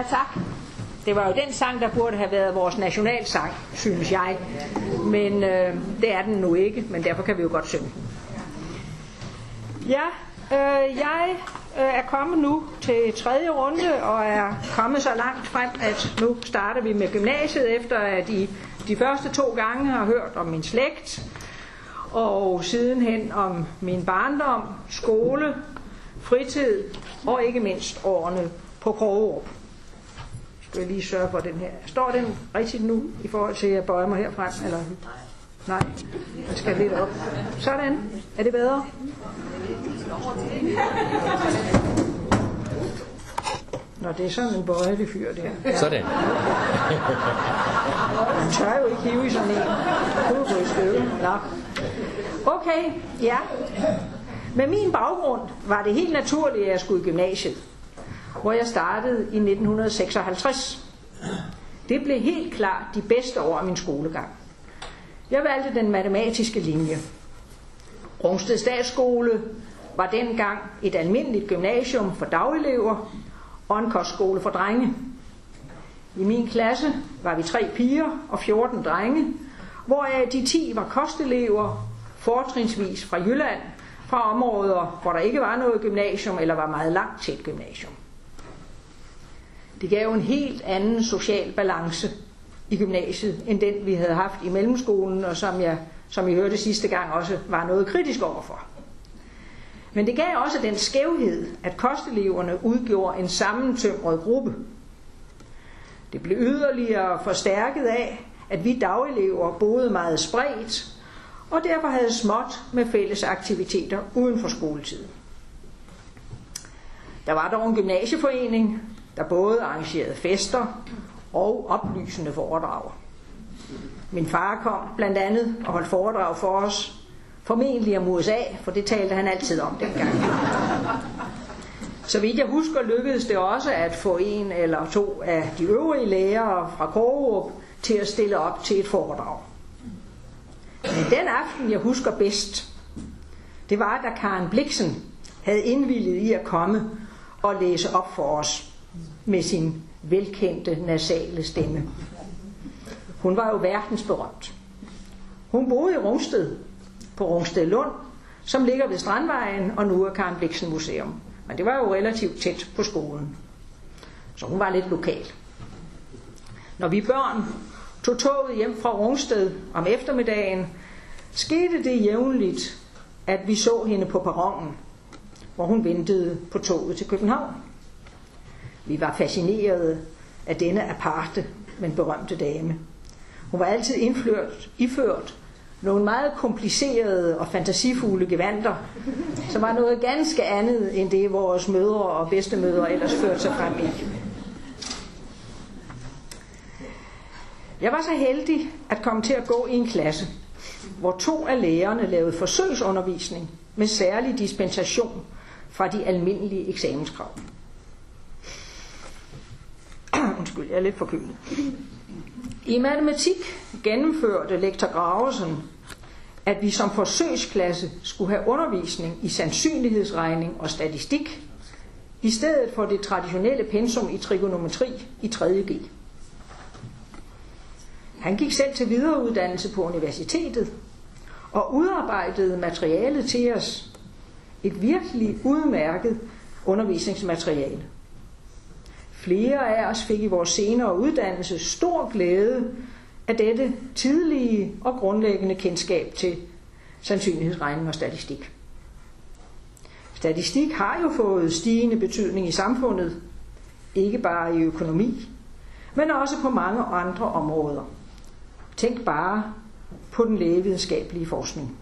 Ja, tak. Det var jo den sang, der burde have været vores nationalsang, synes jeg. Men det er den nu ikke, men derfor kan vi jo godt synge den. Ja, jeg er kommet nu til 3. runde, og er kommet så langt frem, at nu starter vi med gymnasiet, efter at I de første 2 gange har hørt om min slægt, og sidenhen om min barndom, skole, fritid, og ikke mindst årene på Krogerup. Skal jeg lige sørge for den her. Står den rigtigt nu, i forhold til at jeg bøjer mig herfrem? Eller? Nej, jeg skal lidt op. Sådan. Er det bedre? Nå, det er sådan en bøjelig fyr der. Ja. Sådan. Man tør jo ikke hive i sådan en. Kunne gå i stykke. Nå. Okay, ja. Med min baggrund var det helt naturligt, at jeg skulle i gymnasiet, hvor jeg startede i 1956. Det blev helt klart de bedste år af min skolegang. Jeg valgte den matematiske linje. Rungsted Statsskole var dengang et almindeligt gymnasium for dagelever og en kostskole for drenge. I min klasse var vi 3 piger og 14 drenge, hvoraf de 10 var kostelever, fortrinsvis fra Jylland, fra områder, hvor der ikke var noget gymnasium eller var meget langt til et gymnasium. Det gav en helt anden social balance i gymnasiet, end den vi havde haft i mellemskolen, og som I hørte sidste gang, også var noget kritisk overfor. Men det gav også den skævhed, at kosteleverne udgjorde en sammentømret gruppe. Det blev yderligere forstærket af, at vi dagelever boede meget spredt, og derfor havde småt med fælles aktiviteter uden for skoletiden. Der var dog en gymnasieforening, der både arrangerede fester og oplysende foredrag. Min far kom blandt andet og holdt foredrag for os, formentlig om USA, for det talte han altid om dengang. Så vidt jeg husker, lykkedes det også at få 1 eller 2 af de øvrige lærere fra Krogerup til at stille op til et foredrag. Men den aften, jeg husker bedst, det var, da Karen Blixen havde indvilliget i at komme og læse op for os med sin velkendte nasale stemme. Hun var jo verdensberømt. Hun boede i Rungsted, på Rungsted Lund, som ligger ved Strandvejen, og nu er Karen Blixen Museum. Men det var jo relativt tæt på skolen, så hun var lidt lokal. Når vi børn tog toget hjem fra Rungsted om eftermiddagen, skete det jævnligt, at vi så hende på perronen, hvor hun ventede på toget til København. Vi var fascinerede af denne aparte, men berømte dame. Hun var altid iført nogle meget komplicerede og fantasifulde gevanter, som var noget ganske andet end det, vores mødre og bedstemødre ellers førte sig frem i. Jeg var så heldig at komme til at gå i en klasse, hvor 2 af lærerne lavede forsøgsundervisning med særlig dispensation fra de almindelige eksamenskrav. Undskyld, jeg er lidt forkølet. I matematik gennemførte lektor Gravesen, at vi som forsøgsklasse skulle have undervisning i sandsynlighedsregning og statistik, i stedet for det traditionelle pensum i trigonometri i 3.G. Han gik selv til videreuddannelse på universitetet og udarbejdede materiale til os. Et virkelig udmærket undervisningsmateriale. Flere af os fik i vores senere uddannelse stor glæde af dette tidlige og grundlæggende kendskab til sandsynlighedsregning og statistik. Statistik har jo fået stigende betydning i samfundet, ikke bare i økonomi, men også på mange andre områder. Tænk bare på den lægevidenskabelige forskning.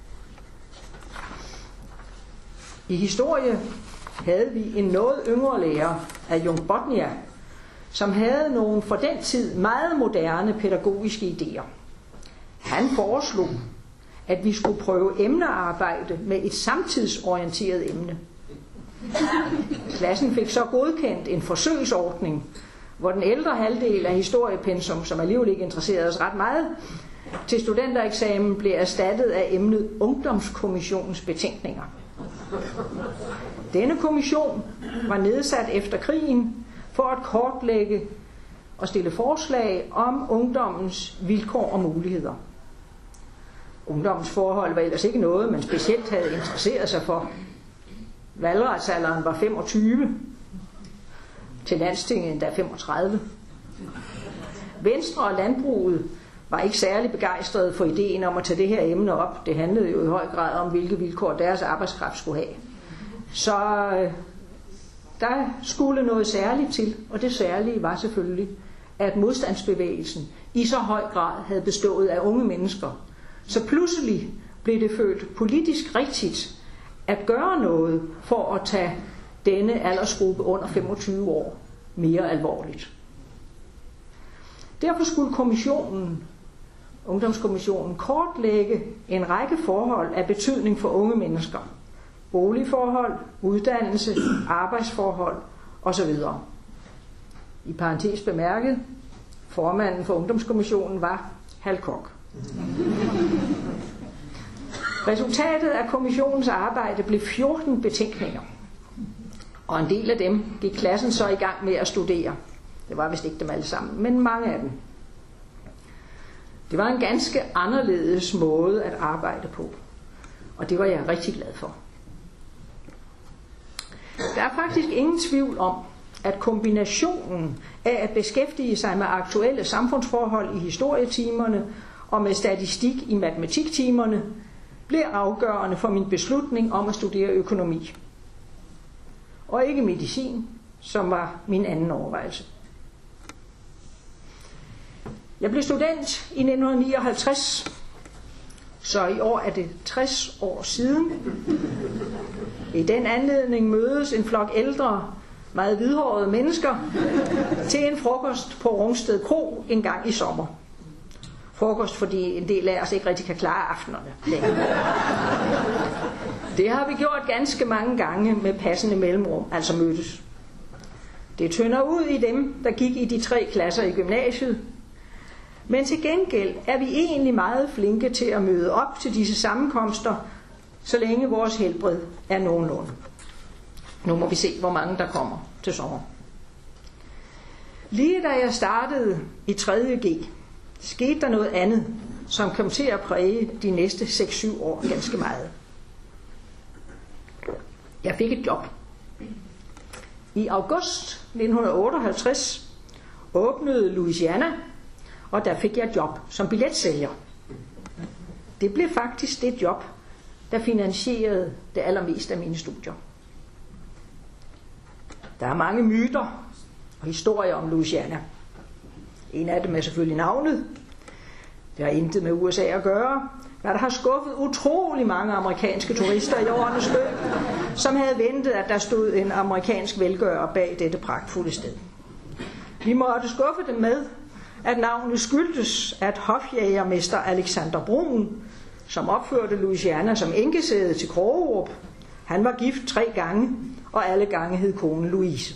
I historie havde vi en noget yngre lærer af Jung Botnia, som havde nogle for den tid meget moderne pædagogiske idéer. Han foreslog, at vi skulle prøve emnearbejde med et samtidsorienteret emne. Klassen fik så godkendt en forsøgsordning, hvor den ældre halvdel af historiepensum, som alligevel ikke interesserede os ret meget, til studentereksamen blev erstattet af emnet Ungdomskommissionens betænkninger. Denne kommission var nedsat efter krigen for at kortlægge og stille forslag om ungdommens vilkår og muligheder. Ungdommens forhold var ellers ikke noget, man specielt havde interesseret sig for. Valgretsalderen var 25, til Landstinget endda 35. Venstre og landbruget var ikke særlig begejstrede for ideen om at tage det her emne op. Det handlede jo i høj grad om, hvilke vilkår deres arbejdskraft skulle have. Så der skulle noget særligt til, og det særlige var selvfølgelig, at modstandsbevægelsen i så høj grad havde bestået af unge mennesker. Så pludselig blev det følt politisk rigtigt at gøre noget for at tage denne aldersgruppe under 25 år mere alvorligt. Derfor skulle Ungdomskommissionen kortlægge en række forhold af betydning for unge mennesker. Boligforhold, uddannelse, arbejdsforhold osv. I parentes bemærket, formanden for Ungdomskommissionen var Hal Koch. Resultatet af kommissionens arbejde blev 14 betænkninger, og en del af dem gik klassen så i gang med at studere. Det var vist ikke dem alle sammen, men mange af dem. Det var en ganske anderledes måde at arbejde på, og det var jeg rigtig glad for. Der er faktisk ingen tvivl om, at kombinationen af at beskæftige sig med aktuelle samfundsforhold i historietimerne og med statistik i matematiktimerne blev afgørende for min beslutning om at studere økonomi. Og ikke medicin, som var min anden overvejelse. Jeg blev student i 1959, så i år er det 60 år siden. I den anledning mødes en flok ældre, meget hvidhårede mennesker til en frokost på Rungsted Kro en gang i sommer. Frokost, fordi en del af os ikke rigtig kan klare aftenerne. Det har vi gjort ganske mange gange med passende mellemrum, altså mødtes. Det tynder ud i dem, der gik i de 3 klasser i gymnasiet. Men til gengæld er vi egentlig meget flinke til at møde op til disse sammenkomster, så længe vores helbred er nogenlunde. Nu må vi se, hvor mange der kommer til sommer. Lige da jeg startede i 3.G, skete der noget andet, som kom til at præge de næste 6-7 år ganske meget. Jeg fik et job. I august 1958 åbnede Louisiana, og der fik jeg job som billetsælger. Det blev faktisk det job, der finansierede det allermeste af mine studier. Der er mange myter og historier om Louisiana. En af dem er selvfølgelig navnet. Det har intet med USA at gøre, men der har skuffet utrolig mange amerikanske turister i årenes løb, som havde ventet, at der stod en amerikansk velgører bag dette pragtfulde sted. Vi måtte skuffe dem med, at navnet skyldtes, at hofjægermester Alexander Brun, som opførte Louisiana som enkesæde til Krogerup, han var gift 3 gange, og alle gange hed konen Louise.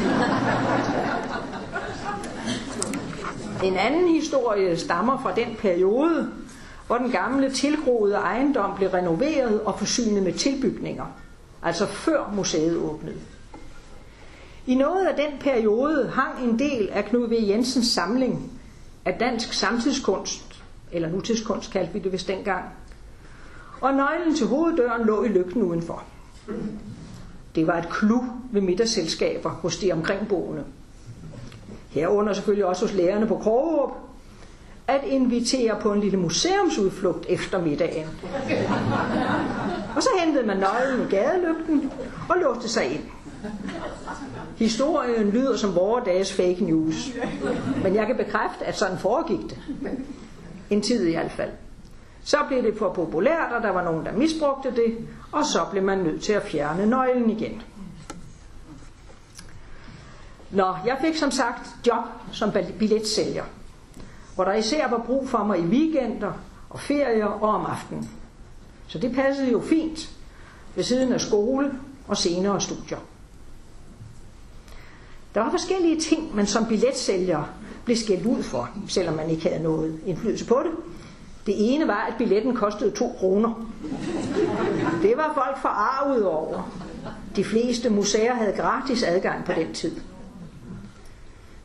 En anden historie stammer fra den periode, hvor den gamle tilgroede ejendom blev renoveret og forsynet med tilbygninger, altså før museet åbnede. I noget af den periode hang en del af Knud V. Jensens samling af dansk samtidskunst, eller nutidskunst kaldte vi det vist dengang, og nøglen til hoveddøren lå i lygten udenfor. Det var et clou ved middagsselskaber hos de omkringboende. Herunder selvfølgelig også hos lærerne på Krogerup, at invitere på en lille museumsudflugt efter middagen. Og så hentede man nøglen i gadelygten og låste sig ind. Historien lyder som vore dages fake news, men jeg kan bekræfte, at sådan foregik det. En tid i hvert fald. Så blev det for populært, og der var nogen, der misbrugte det, og så blev man nødt til at fjerne nøglen igen. Nå, jeg fik som sagt job som billetsælger, hvor der især var brug for mig i weekender og ferier og om aftenen. Så det passede jo fint ved siden af skole og senere studier. Der var forskellige ting, man som billetsælger blev skældt ud for, selvom man ikke havde noget indflydelse på det. Det ene var, at billetten kostede 2 kroner. Det var folk forarvet over. De fleste museer havde gratis adgang på den tid.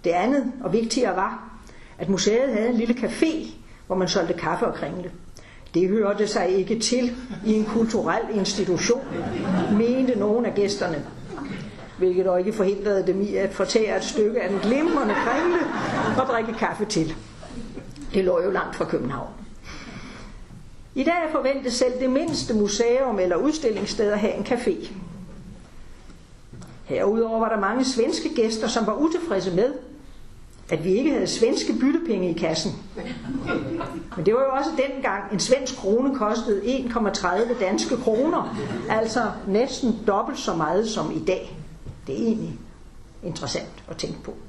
Det andet og vigtigere var, at museet havde en lille café, hvor man solgte kaffe og kringle. Det hørte sig ikke til i en kulturel institution, mente nogle af gæsterne, hvilket dog ikke forhindrede dem i at fortære et stykke af den glimrende kringle og drikke kaffe til. Det lå jo langt fra København. I dag forventes selv det mindste museum eller udstillingssted at have en café. Herudover var der mange svenske gæster, som var utilfredse med, at vi ikke havde svenske byttepenge i kassen. Men det var jo også dengang, en svensk krone kostede 1,30 danske kroner, altså næsten dobbelt så meget som i dag. Det er egentlig interessant at tænke på.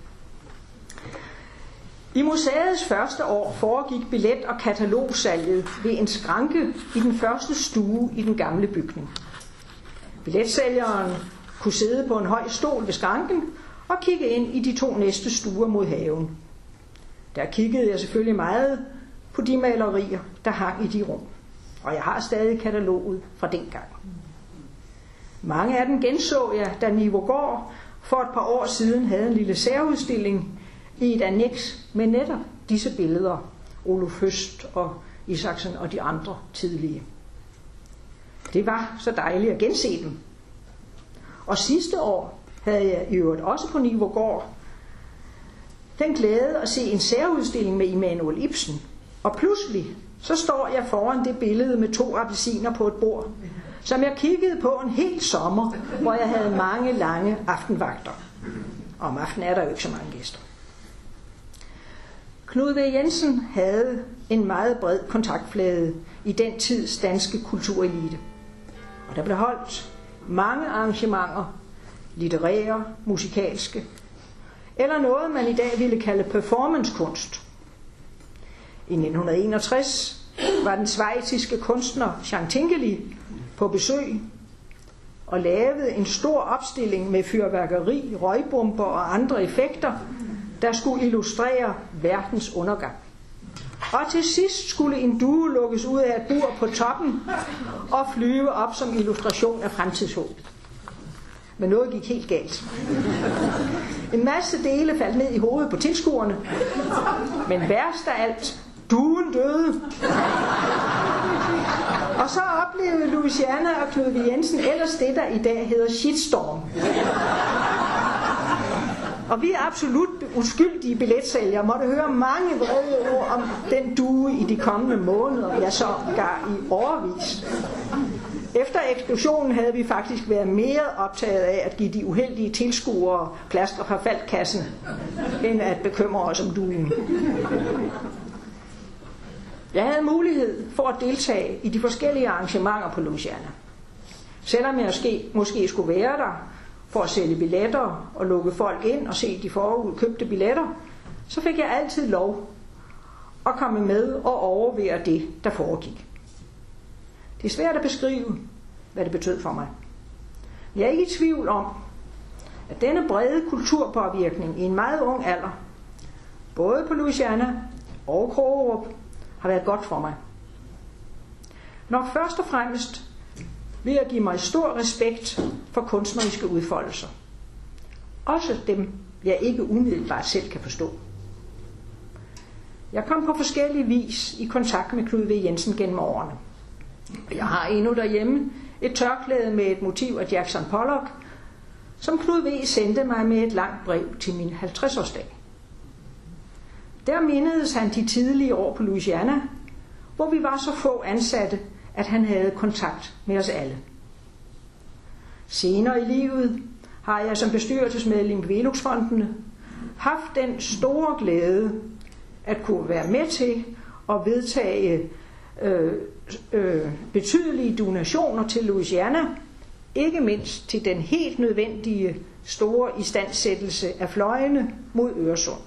I museets første år foregik billet- og katalogsalget ved en skranke i den første stue i den gamle bygning. Billetsælgeren kunne sidde på en høj stol ved skranken og kigge ind i de 2 næste stuer mod haven. Der kiggede jeg selvfølgelig meget på de malerier, der hang i de rum. Og jeg har stadig kataloget fra dengang. Mange af dem genså jeg, da Nivogård for et par år siden havde en lille særudstilling i et anneks med netop disse billeder, Olof Høst og Isaksen og de andre tidlige. Det var så dejligt at gense dem. Og sidste år havde jeg i øvrigt også på Nivogård den glæde at se en særudstilling med Emanuel Ibsen. Og pludselig så står jeg foran det billede med 2 appelsiner på et bord, som jeg kiggede på en hel sommer, hvor jeg havde mange lange aftenvagter. Og om aftenen er der jo ikke så mange gæster. Knud V. Jensen havde en meget bred kontaktflade i den tids danske kulturelite. Og der blev holdt mange arrangementer, litterære, musikalske, eller noget man i dag ville kalde performancekunst. I 1961 var den schweiziske kunstner Jean Tinguely på besøg og lavede en stor opstilling med fyrværkeri, røgbomber og andre effekter, der skulle illustrere verdens undergang. Og til sidst skulle en due lukkes ud af et bur på toppen og flyve op som illustration af fremtidshåbet. Men noget gik helt galt. En masse dele faldt ned i hovedet på tilskuerne, men værst af alt, duen døde. Og så oplevede Louisiana og Knud V. Jensen ellers det, der i dag hedder shitstorm. Og vi absolut uskyldige billetsælgere måtte høre mange vrede ord om den due i de kommende måneder, ja sågar i årevis. Efter eksplosionen havde vi faktisk været mere optaget af at give de uheldige tilskuere plaster fra faldkassen, end at bekymre os om duen. Jeg havde mulighed for at deltage i de forskellige arrangementer på Louisiana. Selvom jeg måske skulle være der for at sælge billetter og lukke folk ind og se de forudkøbte billetter, så fik jeg altid lov at komme med og overvære det, der foregik. Det er svært at beskrive, hvad det betød for mig. Jeg er ikke i tvivl om, at denne brede kulturpåvirkning i en meget ung alder, både på Louisiana og Krogerup, har været godt for mig. Nok først og fremmest ved at give mig stor respekt for kunstneriske udfoldelser. Også dem, jeg ikke umiddelbart selv kan forstå. Jeg kom på forskellige vis i kontakt med Knud V. Jensen gennem årene. Jeg har endnu derhjemme et tørklæde med et motiv af Jackson Pollock, som Knud V. sendte mig med et langt brev til min 50-årsdag. Der mindedes han de tidlige år på Louisiana, hvor vi var så få ansatte, at han havde kontakt med os alle. Senere i livet har jeg som bestyrelsesmedlem i Velux-fondene haft den store glæde at kunne være med til at vedtage betydelige donationer til Louisiana, ikke mindst til den helt nødvendige store istandsættelse af fløjene mod Øresund.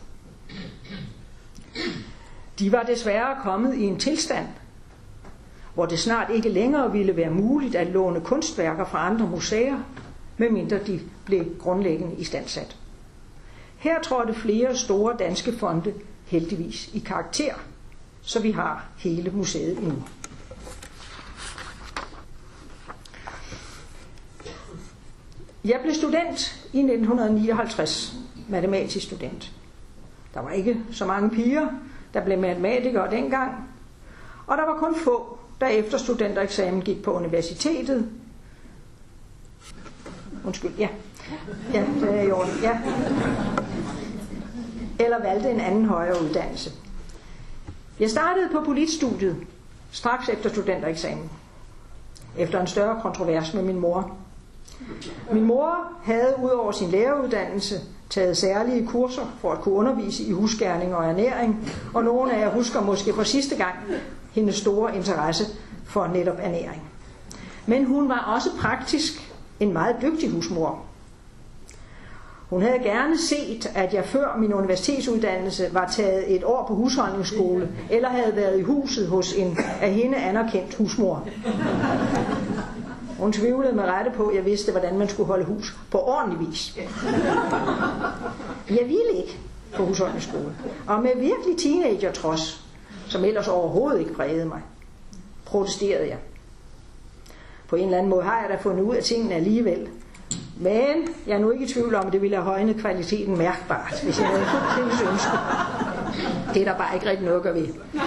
De var desværre kommet i en tilstand, hvor det snart ikke længere ville være muligt at låne kunstværker fra andre museer, medmindre de blev grundlæggende istandsat. Her trådte flere store danske fonde heldigvis i karakter, så vi har hele museet endnu. Jeg blev student i 1959 matematisk student. Der var ikke så mange piger, der blev matematikere dengang, og der var kun få, der efter studentereksamen gik på universitetet. Undskyld, ja. Ja, det er i orden, ja. Eller valgte en anden højere uddannelse. Jeg startede på politstudiet straks efter studentereksamen, efter en større kontrovers med min mor. Min mor havde ud over sin læreruddannelse taget særlige kurser for at kunne undervise i husgerning og ernæring, og nogle af jer husker måske for sidste gang hendes store interesse for netop ernæring. Men hun var også praktisk en meget dygtig husmor. Hun havde gerne set, at jeg før min universitetsuddannelse var taget et år på husholdningsskole, eller havde været i huset hos en af hende anerkendt husmor. Hun tvivlede med rette på, at jeg vidste, hvordan man skulle holde hus på ordentlig vis. Jeg ville ikke på husholdningsskole, og med virkelig teenager-trods, som ellers overhovedet ikke prægede mig, protesterede jeg. På en eller anden måde har jeg da fundet ud af tingene alligevel. Men jeg er nu ikke i tvivl om, at det ville have højnet kvaliteten mærkbart, hvis jeg havde fuldt hendes ønske. Det er der bare ikke rigtig noget at gøre ved.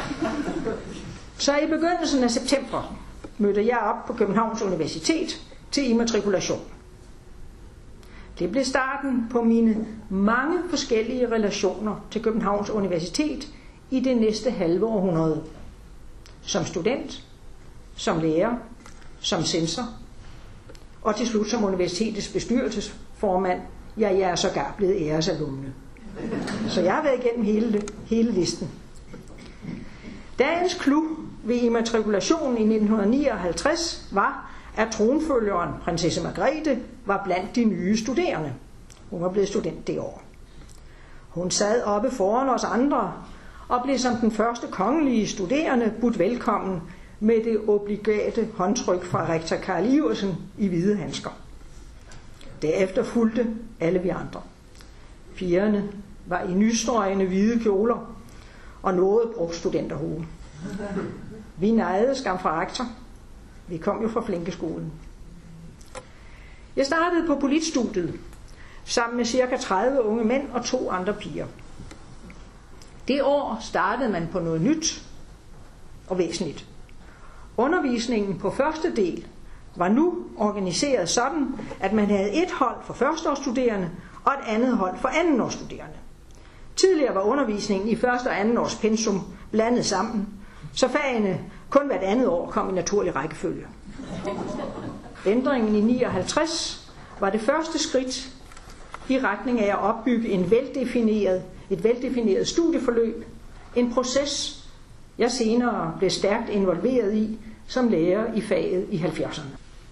Så i begyndelsen af september mødte jeg op på Københavns Universitet til immatrikulation. Det blev starten på mine mange forskellige relationer til Københavns Universitet i det næste halve århundrede. Som student, som lærer, som censor, og til slut som universitetets bestyrelsesformand. Ja, jeg er sågar blevet æresalumne. Så jeg har været igennem hele listen. Dagens clou ved immatrikulationen i 1959 var, at tronfølgeren, prinsesse Margrethe, var blandt de nye studerende. Hun var blevet student det år. Hun sad oppe foran os andre og blev som den første kongelige studerende budt velkommen med det obligate håndtryk fra rektor Karl Iversen i hvide handsker. Derefter fulgte alle vi andre. Pigerne var i nystrøgne hvide kjoler og noget brugt studenterhue. Vi nejede skam fra rektor. Vi kom jo fra Flinkeskolen. Jeg startede på politstudiet sammen med ca. 30 unge mænd og 2 andre piger. Det år startede man på noget nyt og væsentligt. Undervisningen på første del var nu organiseret sådan, at man havde et hold for førsteårsstuderende og et andet hold for andenårsstuderende. Tidligere var undervisningen i første og andenårs pensum blandet sammen, så fagene kun hvert andet år kom i naturlig rækkefølge. Ændringen i 59 var det første skridt i retning af at opbygge et veldefineret studieforløb, en proces, jeg senere blev stærkt involveret i som lærer i faget i 70'erne.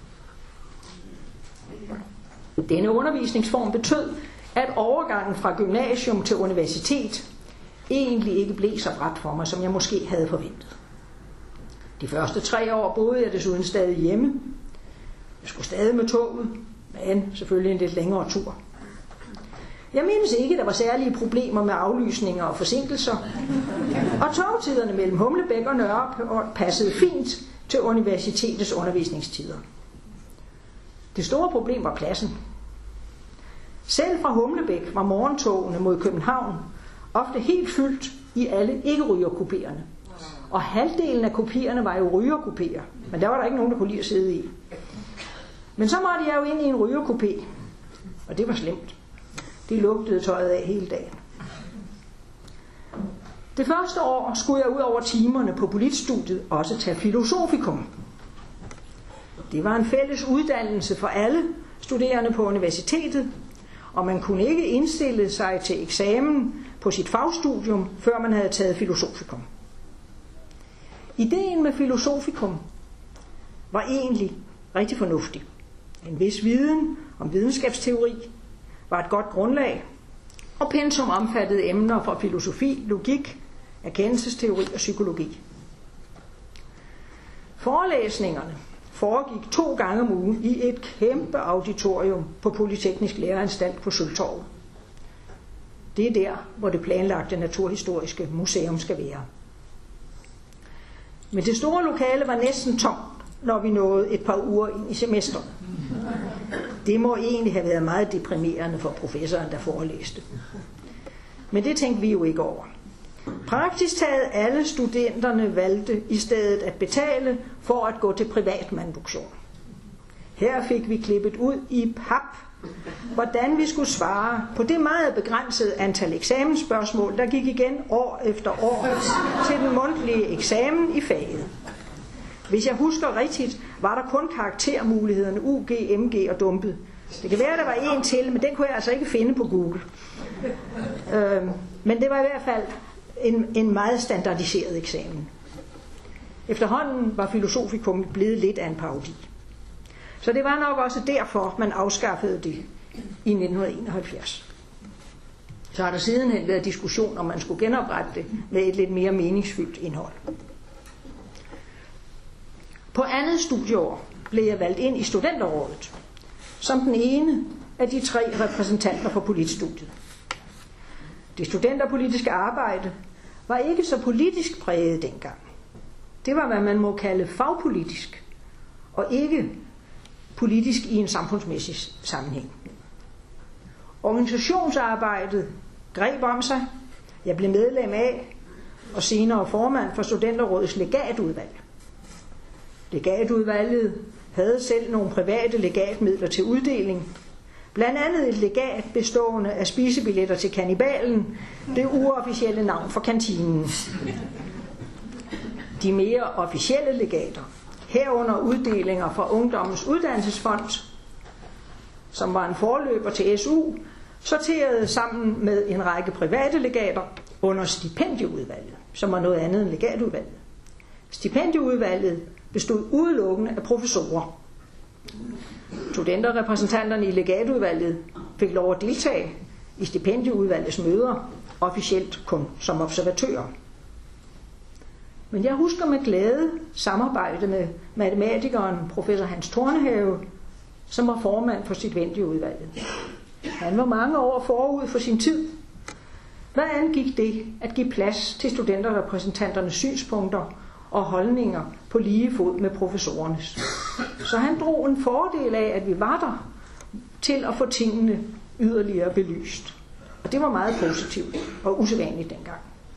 Denne undervisningsform betød, at overgangen fra gymnasium til universitet egentlig ikke blev så brat for mig, som jeg måske havde forventet. De første 3 år boede jeg desuden stadig hjemme. Jeg skulle stadig med toget, men selvfølgelig en lidt længere tur. Jeg mindes ikke, der var særlige problemer med aflysninger og forsinkelser, og togtiderne mellem Humlebæk og Nørreport passede fint til universitetets undervisningstider. Det store problem var pladsen. Selv fra Humlebæk var morgentogene mod København ofte helt fyldt i alle ikke-rygerkupéerne. Og halvdelen af kopierne var jo rygerkupéer, men der var der ikke nogen, der kunne lide at sidde i. Men så måtte jeg jo ind i en rygerkupé, og det var slemt. De lugtede tøjet af hele dagen. Det første år skulle jeg ud over timerne på politstudiet også tage filosofikum. Det var en fælles uddannelse for alle studerende på universitetet, og man kunne ikke indstille sig til eksamen på sit fagstudium, før man havde taget filosofikum. Ideen med filosofikum var egentlig rigtig fornuftig. En vis viden om videnskabsteori var et godt grundlag, og pensum omfattede emner fra filosofi, logik, erkendelsesteori og psykologi. Forelæsningerne foregik 2 gange om ugen i et kæmpe auditorium på Polyteknisk Læreanstalt på Sølvtorvet. Det er der, hvor det planlagte naturhistoriske museum skal være. Men det store lokale var næsten tomt, når vi nåede et par uger ind i semesteret. Det må egentlig have været meget deprimerende for professoren, der forelæste. Men det tænkte vi jo ikke over. Praktisk taget alle studenterne valgte i stedet at betale for at gå til privatmanduktion. Her fik vi klippet ud i pap, hvordan vi skulle svare på det meget begrænsede antal eksamensspørgsmål, der gik igen år efter år til den mundtlige eksamen i faget. Hvis jeg husker rigtigt, var der kun karaktermulighederne UG, MG og dumpet. Det kan være, der var en til, men den kunne jeg altså ikke finde på Google. Men det var i hvert fald en meget standardiseret eksamen. Efterhånden var filosofikum blevet lidt af en parodi. Så det var nok også derfor, man afskaffede det i 1971. Så har der sidenhen været diskussion, om man skulle genoprette det med et lidt mere meningsfyldt indhold. På andet studieår blev jeg valgt ind i studenterrådet, som den ene af de 3 repræsentanter for politstudiet. Det studenterpolitiske arbejde var ikke så politisk præget dengang. Det var, hvad man må kalde fagpolitisk, og ikke politisk i en samfundsmæssig sammenhæng. Organisationsarbejdet greb om sig. Jeg blev medlem af og senere formand for Studenterrådets legatudvalg. Legatudvalget havde selv nogle private legatmidler til uddeling. Blandt andet et legat bestående af spisebilletter til kannibalen, det uofficielle navn for kantinen. De mere officielle legater, herunder uddelinger fra Ungdommens Uddannelsesfond, som var en forløber til SU, sorterede sammen med en række private legater under stipendieudvalget, som var noget andet end legatudvalget. Stipendieudvalget bestod udelukkende af professorer. Studenterrepræsentanterne i legatudvalget fik lov at deltage i stipendieudvalgets møder, officielt kun som observatører. Men jeg husker med glæde samarbejdet med matematikeren professor Hans Tornehave, som var formand for stipendieudvalget. Han var mange år forud for sin tid. Hvad angik det at give plads til studenterrepræsentanternes synspunkter og holdninger på lige fod med professorernes? Så han drog en fordel af, at vi var der, til at få tingene yderligere belyst. Og det var meget positivt og usædvanligt dengang.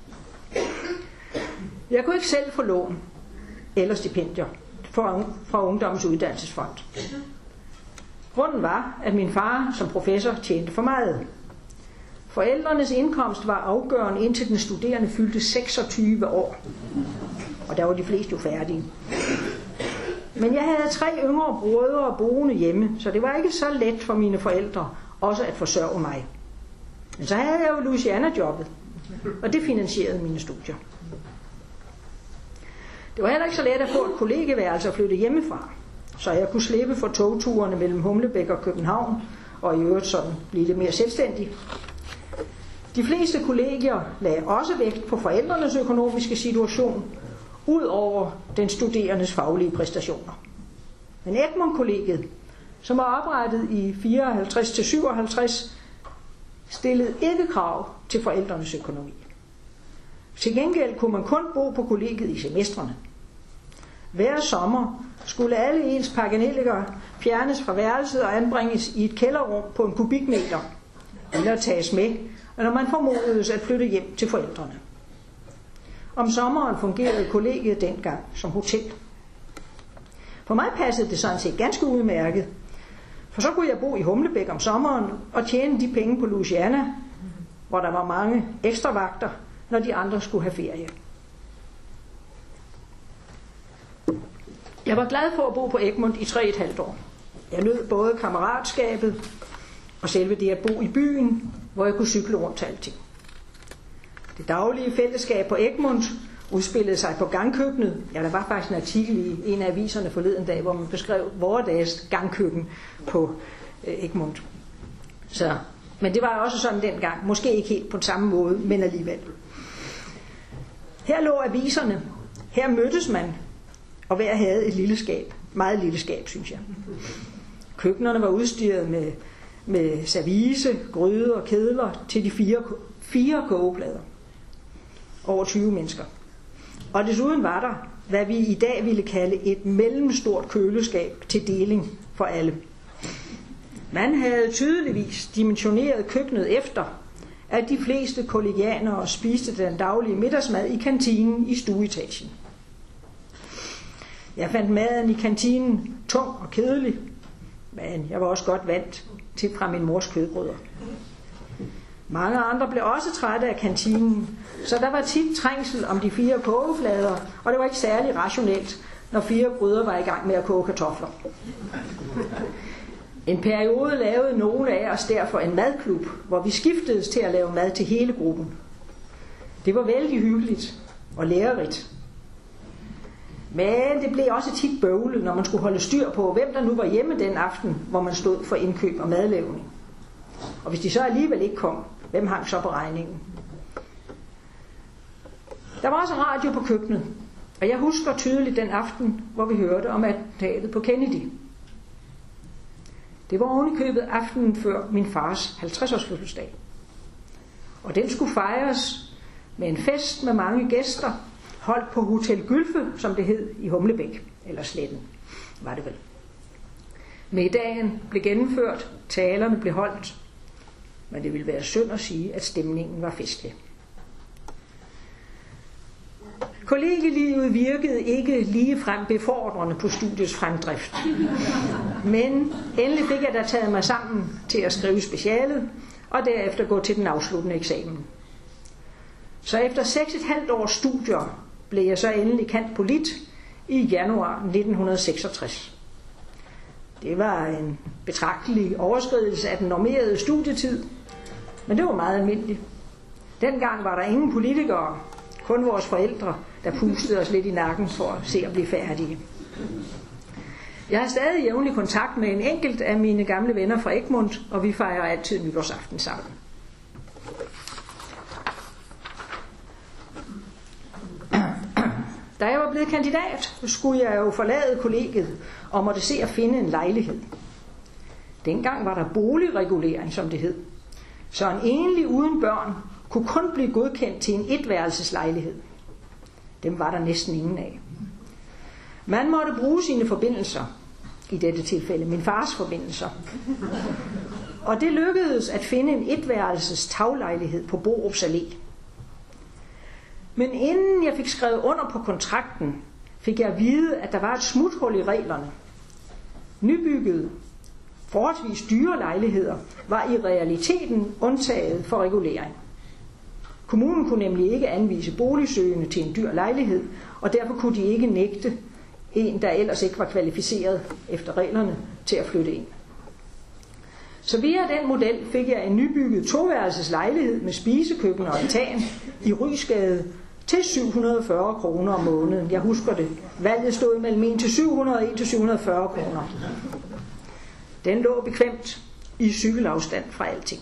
Jeg kunne ikke selv få lån eller stipendier fra Ungdommens Uddannelsesfond. Grunden var, at min far som professor tjente for meget. Forældrenes indkomst var afgørende, indtil den studerende fyldte 26 år. Og der var de fleste jo færdige. Men jeg havde 3 yngre brødre boende hjemme, så det var ikke så let for mine forældre også at forsørge mig. Men så havde jeg jo Louisiana-jobbet, og det finansierede mine studier. Det var heller ikke så let at få et kollegeværelse og flytte hjemmefra, så jeg kunne slippe for togturene mellem Humlebæk og København, og i øvrigt sådan blive lidt mere selvstændig. De fleste kollegier lagde også vægt på forældrenes økonomiske situation, ud over den studerendes faglige præstationer. Men Egmont-kollegiet, som var oprettet i 54-57, stillede ikke krav til forældrenes økonomi. Til gengæld kunne man kun bo på kollegiet i semestrene. Hver sommer skulle alle ens paganellikere fjernes fra værelset og anbringes i et kælderrum på 1 kubikmeter, eller tages med, når man formodedes at flytte hjem til forældrene. Om sommeren fungerede kollegiet dengang som hotel. For mig passede det sådan set ganske udmærket, for så kunne jeg bo i Humlebæk om sommeren og tjene de penge på Louisiana, hvor der var mange ekstra vagter, når de andre skulle have ferie. Jeg var glad for at bo på Egmont i 3,5 år. Jeg nød både kammeratskabet og selve det at bo i byen, hvor jeg kunne cykle rundt til alting. Det daglige fællesskab på Egmont udspillede sig på gangkøkkenet. Ja, der var faktisk en artikel i en af aviserne forleden dag, hvor man beskrev vores gangkøkken på Egmont. Men det var også sådan dengang. Måske ikke helt på samme måde, men alligevel. Her lå aviserne. Her mødtes man. Og hver havde et lille skab. Meget lille skab, synes jeg. Køkkenerne var udstyret med service, gryde og kedler til de 4 kogeplader. Over 20 mennesker. Og desuden var der, hvad vi i dag ville kalde et mellemstort køleskab til deling for alle. Man havde tydeligvis dimensioneret køkkenet efter, at de fleste kollegianere spiste den daglige middagsmad i kantinen i stueetagen. Jeg fandt maden i kantinen tung og kedelig, men jeg var også godt vant til fra min mors kødgryder. Mange andre blev også trætte af kantinen, så der var tit trængsel om de 4 kogeflader, og det var ikke særlig rationelt, når 4 gryder var i gang med at koge kartofler. En periode lavede nogle af os derfor en madklub, hvor vi skiftedes til at lave mad til hele gruppen. Det var vældig hyggeligt og lærerigt. Men det blev også tit bøvlet, når man skulle holde styr på, hvem der nu var hjemme den aften, hvor man stod for indkøb og madlavning. Og hvis de så alligevel ikke kom, hvem hang så på regningen? Der var også radio på køkkenet, og jeg husker tydeligt den aften, hvor vi hørte om attentatet på Kennedy. Det var ovenikøbet aftenen før min fars 50-års fødselsdag. Og den skulle fejres med en fest med mange gæster, holdt på Hotel Gylfe, som det hed, i Humlebæk, eller Sletten, var det vel. Middagen blev gennemført, talerne blev holdt, men det ville være synd at sige, at stemningen var festlig. Kollegielivet virkede ikke ligefrem befordrende på studiets fremdrift. Men endelig fik jeg da taget mig sammen til at skrive specialet, og derefter gå til den afsluttende eksamen. Så efter 6,5 års studier blev jeg så endelig cand.polit i januar 1966. Det var en betragtelig overskridelse af den normerede studietid, men det var meget almindeligt. Dengang var der ingen politikere, kun vores forældre, der pustede os lidt i nakken for at se at blive færdige. Jeg har stadig jævnlig kontakt med en enkelt af mine gamle venner fra Egmont, og vi fejrer altid nytårsaften sammen. Da jeg var blevet kandidat, skulle jeg jo forlade kollegiet og måtte se at finde en lejlighed. Dengang var der boligregulering, som det hed. Så en enlig uden børn kunne kun blive godkendt til en etværelseslejlighed. Dem var der næsten ingen af. Man måtte bruge sine forbindelser, i dette tilfælde min fars forbindelser. Og det lykkedes at finde en etværelses taglejlighed på Borups Allé. Men inden jeg fik skrevet under på kontrakten, fik jeg at vide, at der var et smuthul i reglerne. Nybyggede, forholdsvis dyre lejligheder var i realiteten undtaget for regulering. Kommunen kunne nemlig ikke anvise boligsøgende til en dyr lejlighed, og derfor kunne de ikke nægte en, der ellers ikke var kvalificeret efter reglerne, til at flytte ind. Så via den model fik jeg en nybygget 2-værelses lejlighed med spisekøkken og altan i Rysgade til 740 kroner om måneden. Jeg husker det. Valget stod mellem 1 til 700 og 1 til 740 kroner. Den lå bekvemt i cykelafstand fra alting.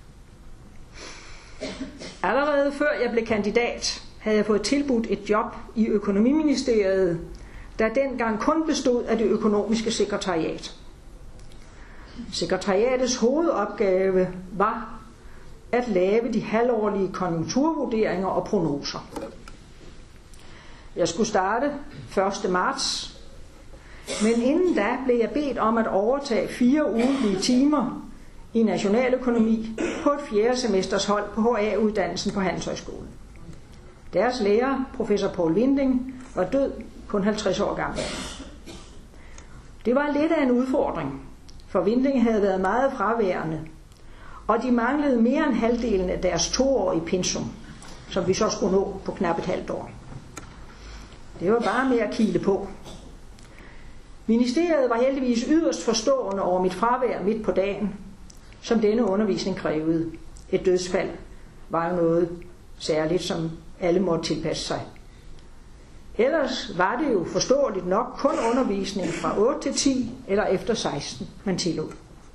Allerede før jeg blev kandidat, havde jeg fået tilbudt et job i Økonomiministeriet, der dengang kun bestod af det økonomiske sekretariat. Sekretariatets hovedopgave var at lave de halvårlige konjunkturvurderinger og prognoser. Jeg skulle starte 1. marts, men inden da blev jeg bedt om at overtage 4 ugentlige timer i nationaløkonomi på et 4. semesters hold på HA-uddannelsen på Handelshøjskolen. Deres lærer, professor Poul Winding, var død, kun 50 år gammel. Det var lidt af en udfordring, for Winding havde været meget fraværende, og de manglede mere end halvdelen af deres 2-årige pensum, som vi så skulle nå på knap et halvt år. Det var bare med at kile på. Ministeriet var heldigvis yderst forstående over mit fravær midt på dagen, som denne undervisning krævede. Et dødsfald var jo noget særligt, som alle måtte tilpasse sig. Ellers var det jo forståeligt nok kun undervisning fra 8 til 10 eller efter 16, man tillod.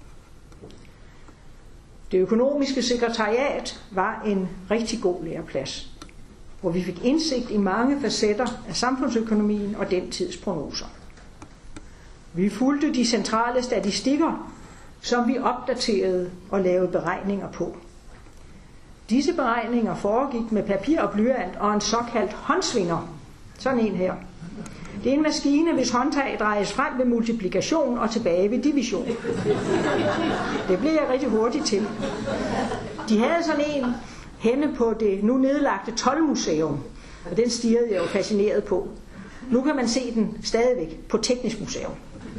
Det økonomiske sekretariat var en rigtig god læreplads, hvor vi fik indsigt i mange facetter af samfundsøkonomien og den tids prognoser. Vi fulgte de centrale statistikker, som vi opdaterede og lavede beregninger på. Disse beregninger foregik med papir og blyant og en såkaldt håndsvinger, sådan en her, Det er en maskine, hvis håndtag drejes frem ved multiplikation og tilbage ved division. Det blev jeg rigtig hurtigt til. De havde sådan en henne på det nu nedlagte Toldmuseum, og den stirrede jeg jo fascineret på. Nu kan man se den stadigvæk på Teknisk Museum.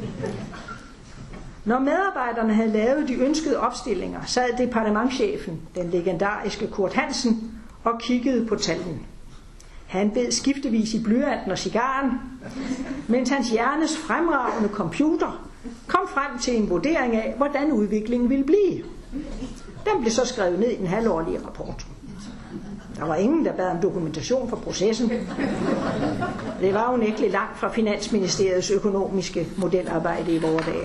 Når medarbejderne havde lavet de ønskede opstillinger, sad departementschefen, den legendariske Kurt Hansen, og kiggede på tallene. Han bed skiftevis i blyanten og cigaren, mens hans hjernes fremragende computer kom frem til en vurdering af, hvordan udviklingen ville blive. Den blev så skrevet ned i den halvårlige rapport. Der var ingen, der bad om dokumentation for processen. Det var unægteligt langt fra Finansministeriets økonomiske modelarbejde i vore dage.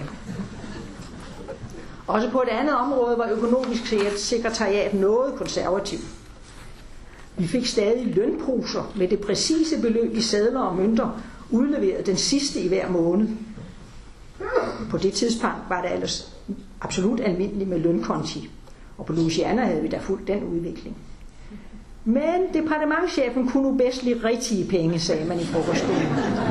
Også på et andet område var økonomisk sekretariat noget konservativ. Vi fik stadig lønposer med det præcise beløb i sedler og mønter, udleveret den sidste i hver måned. På det tidspunkt var det ellers absolut almindeligt med lønkonti, og på Louisiana havde vi da fulgt den udvikling. Men departementschefen kunne nu bedst lide rigtige penge, sagde man i frokoststolen.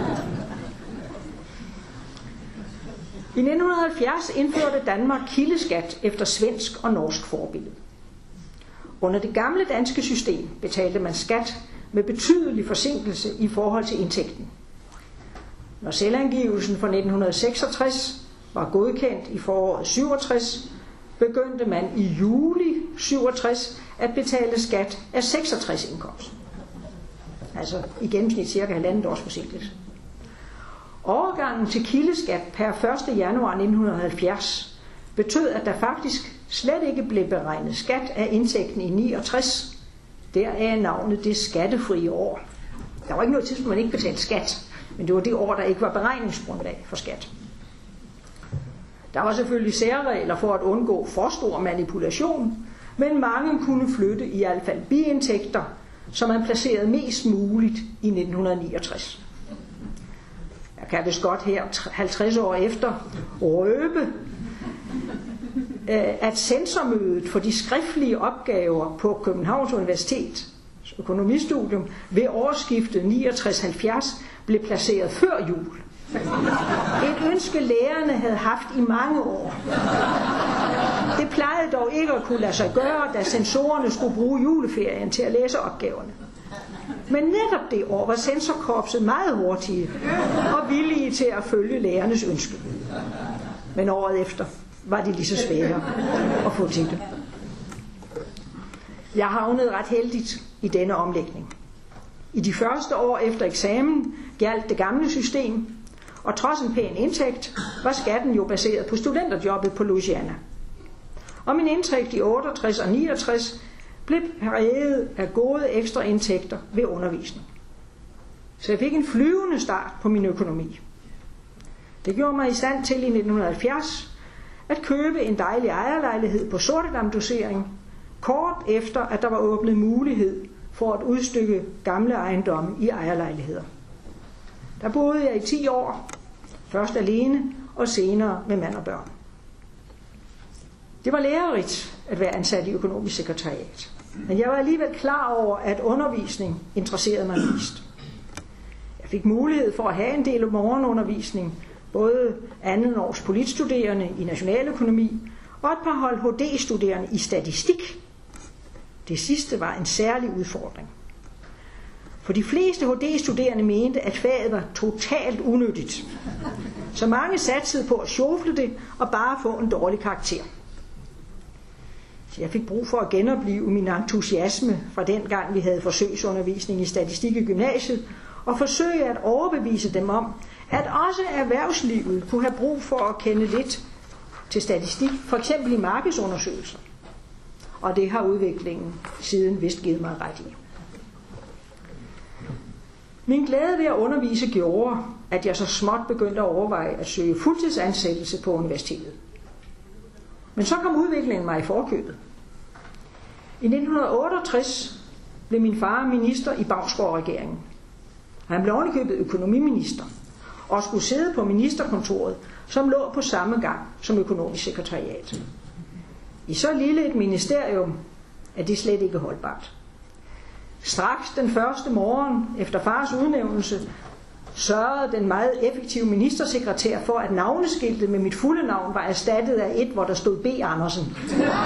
I 1970 indførte Danmark kildeskat efter svensk og norsk forbillede. Under det gamle danske system betalte man skat med betydelig forsinkelse i forhold til indtægten. Når selvangivelsen for 1966 var godkendt i foråret 67, begyndte man i juli 67 at betale skat af 66 indkomst. Altså i gennemsnit cirka 1,5 års forsinkelse. Overgangen til kildeskat per 1. januar 1970 betød, at der faktisk slet ikke blev beregnet skat af indtægten i 69. Deraf navnet det skattefrie år. Der var ikke noget tidspunkt, man ikke betalte skat, men det var det år, der ikke var beregningsgrundlag for skat. Der var selvfølgelig særregler for at undgå for stor manipulation, men mange kunne flytte i hvert fald biindtægter, som man placerede mest muligt i 1969. Jeg kan vist godt her 50 år efter røbe, at censormødet for de skriftlige opgaver på Københavns Universitets økonomistudium ved årsskiftet 69-70 blev placeret før jul. Et ønske lærerne havde haft i mange år. Det plejede dog ikke at kunne lade sig gøre, da censorerne skulle bruge juleferien til at læse opgaverne. Men netop det år var censorkorpset meget hurtige og villige til at følge lærernes ønske. Men året efter var de lige så svære at få til det. Jeg havnede ret heldigt i denne omlægning. I de første år efter eksamen gjaldt det gamle system, og trods en pæn indtægt var skatten jo baseret på studenterjobbet på Louisiana. Og min indtægt i 68 og 69 blev præget af gode ekstra indtægter ved undervisning. Så jeg fik en flyvende start på min økonomi. Det gjorde mig i stand til i 1970 at købe en dejlig ejerlejlighed på Sortedam-dosering, kort efter at der var åbnet mulighed for at udstykke gamle ejendomme i ejerlejligheder. Der boede jeg i 10 år, først alene og senere med mand og børn. Det var lærerigt at være ansat i økonomisk sekretariat, men jeg var alligevel klar over, at undervisning interesserede mig mest. Jeg fik mulighed for at have en del morgenundervisning, både anden års politstuderende i nationaløkonomi og et par hold HD-studerende i statistik. Det sidste var en særlig udfordring. For de fleste HD-studerende mente, at faget var totalt unyttigt. Så mange satsede på at sjofle det og bare få en dårlig karakter. Så jeg fik brug for at genopleve min entusiasme fra den gang, vi havde forsøgsundervisning i statistik i gymnasiet, og forsøge at overbevise dem om, at også erhvervslivet kunne have brug for at kende lidt til statistik, for eksempel i markedsundersøgelser. Og det har udviklingen siden vist givet mig ret i. Min glæde ved at undervise gjorde, at jeg så småt begyndte at overveje at søge fuldtidsansættelse på universitetet. Men så kom udviklingen mig i forkøbet. I 1968 blev min far minister i Bavnsgaard-regeringen. Han blev ovenikøbet økonomiminister og skulle sidde på ministerkontoret, som lå på samme gang som økonomisk sekretariat. I så lille et ministerium er det slet ikke holdbart. Straks den første morgen efter fars udnævnelse sørgede den meget effektive ministersekretær for, at navneskiltet med mit fulde navn var erstattet af et, hvor der stod B. Andersen.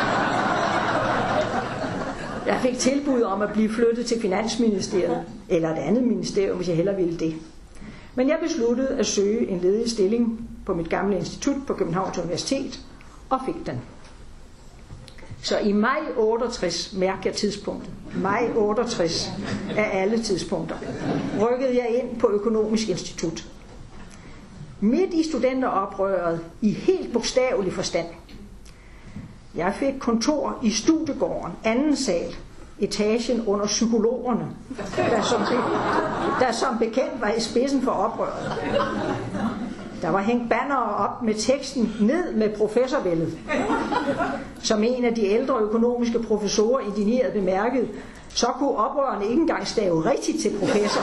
Jeg fik tilbud om at blive flyttet til Finansministeriet, eller et andet ministerium, hvis jeg hellere ville det. Men jeg besluttede at søge en ledig stilling på mit gamle institut på Københavns Universitet, og fik den. Så i maj 68, mærker jeg tidspunktet, maj 68 af alle tidspunkter, rykkede jeg ind på Økonomisk Institut. Midt i studenteroprøret i helt bogstavelig forstand. Jeg fik kontor i Studiegården, anden sal, etagen under psykologerne, der som bekendt var i spidsen for oprøret. Der var hængt bannere op med teksten ned med professorvældet. Som en af de ældre økonomiske professorer indigneret bemærkede, så kunne oprørerne ikke engang stave rigtigt til professor.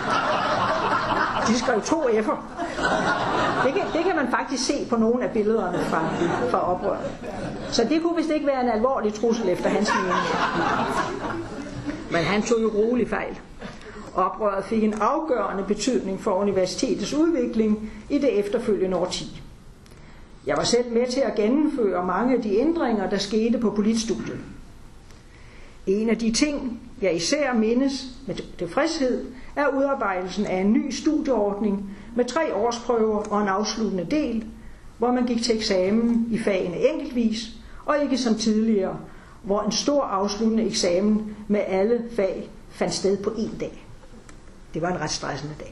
De skrev 2 F'er. Det kan man faktisk se på nogle af billederne fra oprøret. Så det kunne vist ikke være en alvorlig trussel efter hans mening. Men han tog jo roligt fejl. Oprøret fik en afgørende betydning for universitetets udvikling i det efterfølgende årti. Jeg var selv med til at gennemføre mange af de ændringer, der skete på politstudiet. En af de ting, jeg især mindes med tilfredshed, er udarbejdelsen af en ny studieordning med 3 årsprøver og en afsluttende del, hvor man gik til eksamen i fagene enkeltvis, og ikke som tidligere, hvor en stor afsluttende eksamen med alle fag fandt sted på 1 dag. Det var en ret stressende dag.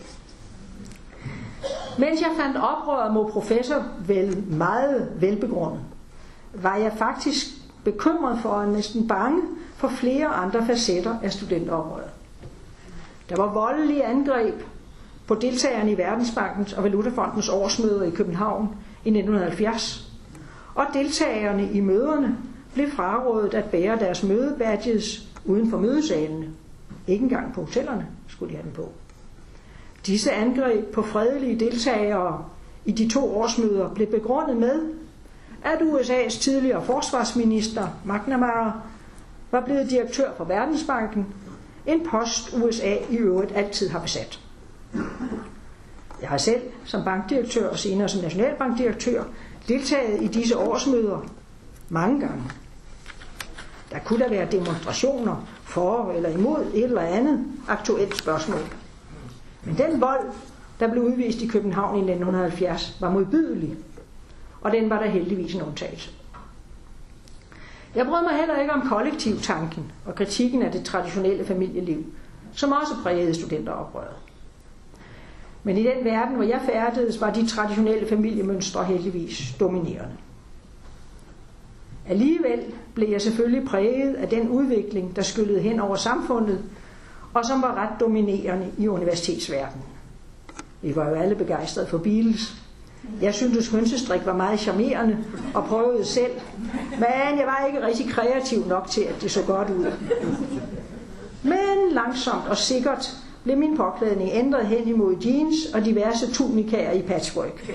Mens jeg fandt oprøret mod professorvældet meget velbegrundet, var jeg faktisk bekymret for og næsten bange for flere andre facetter af studenteroprøret. Der var voldelige angreb på deltagerne i Verdensbankens og Valutafondens årsmøder i København i 1970, og deltagerne i møderne blev frarådet at bære deres mødebadges uden for mødesalene. Ikke engang på hotellerne skulle de have den på. Disse angreb på fredelige deltagere i de 2 årsmøder blev begrundet med, at USA's tidligere forsvarsminister McNamara var blevet direktør for Verdensbanken, en post USA i øvrigt altid har besat. Jeg har selv som bankdirektør og senere som nationalbankdirektør deltaget i disse årsmøder mange gange. Der kunne der være demonstrationer for eller imod et eller andet aktuelt spørgsmål. Men den vold, der blev udvist i København i 1970, var modbydelig, og den var der heldigvis en undtagelse. Jeg brød mig heller ikke om kollektivtanken og kritikken af det traditionelle familieliv, som også prægede studenteroprøret. Men i den verden, hvor jeg færdedes, var de traditionelle familiemønstre heldigvis dominerende. Alligevel blev jeg selvfølgelig præget af den udvikling, der skyllede hen over samfundet, og som var ret dominerende i universitetsverdenen. Vi var jo alle begejstrede for Beatles. Jeg syntes, hønsestrik var meget charmerende og prøvede selv, men jeg var ikke rigtig kreativ nok til, at det så godt ud. Men langsomt og sikkert blev min påklædning ændret hen imod jeans og diverse tunikaer i patchwork.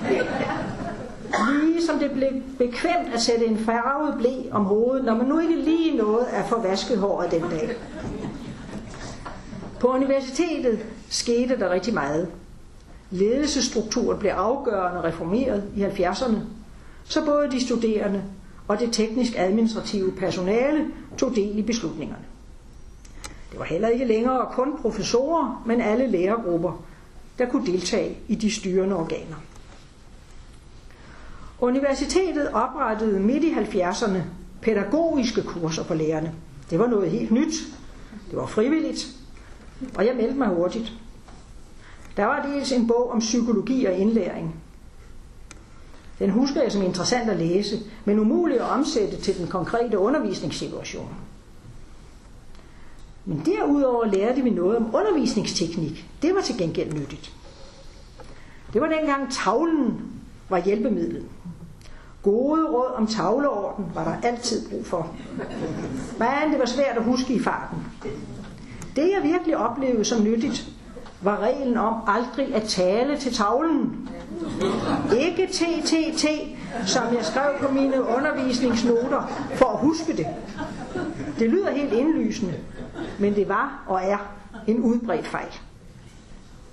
Ligesom det blev bekvemt at sætte en farvet ble om hovedet, når man nu ikke lige nåede at få vasket håret den dag. På universitetet skete der rigtig meget. Ledelsesstrukturen blev afgørende reformeret i 70'erne, så både de studerende og det teknisk-administrative personale tog del i beslutningerne. Det var heller ikke længere kun professorer, men alle lærergrupper, der kunne deltage i de styrende organer. Universitetet oprettede midt i 70'erne pædagogiske kurser for lærerne. Det var noget helt nyt. Det var frivilligt, og jeg meldte mig hurtigt. Der var dels en bog om psykologi og indlæring. Den husker jeg som interessant at læse, men umulig at omsætte til den konkrete undervisningssituation. Men derudover lærte vi noget om undervisningsteknik. Det var til gengæld nyttigt. Det var dengang tavlen var hjælpemidlet. Gode råd om tavleorden var der altid brug for. Men det var svært at huske i farten. Det jeg virkelig oplevede som nyttigt, var reglen om aldrig at tale til tavlen. Ikke TTT, som jeg skrev på mine undervisningsnoter for at huske det. Det lyder helt indlysende, men det var og er en udbredt fejl.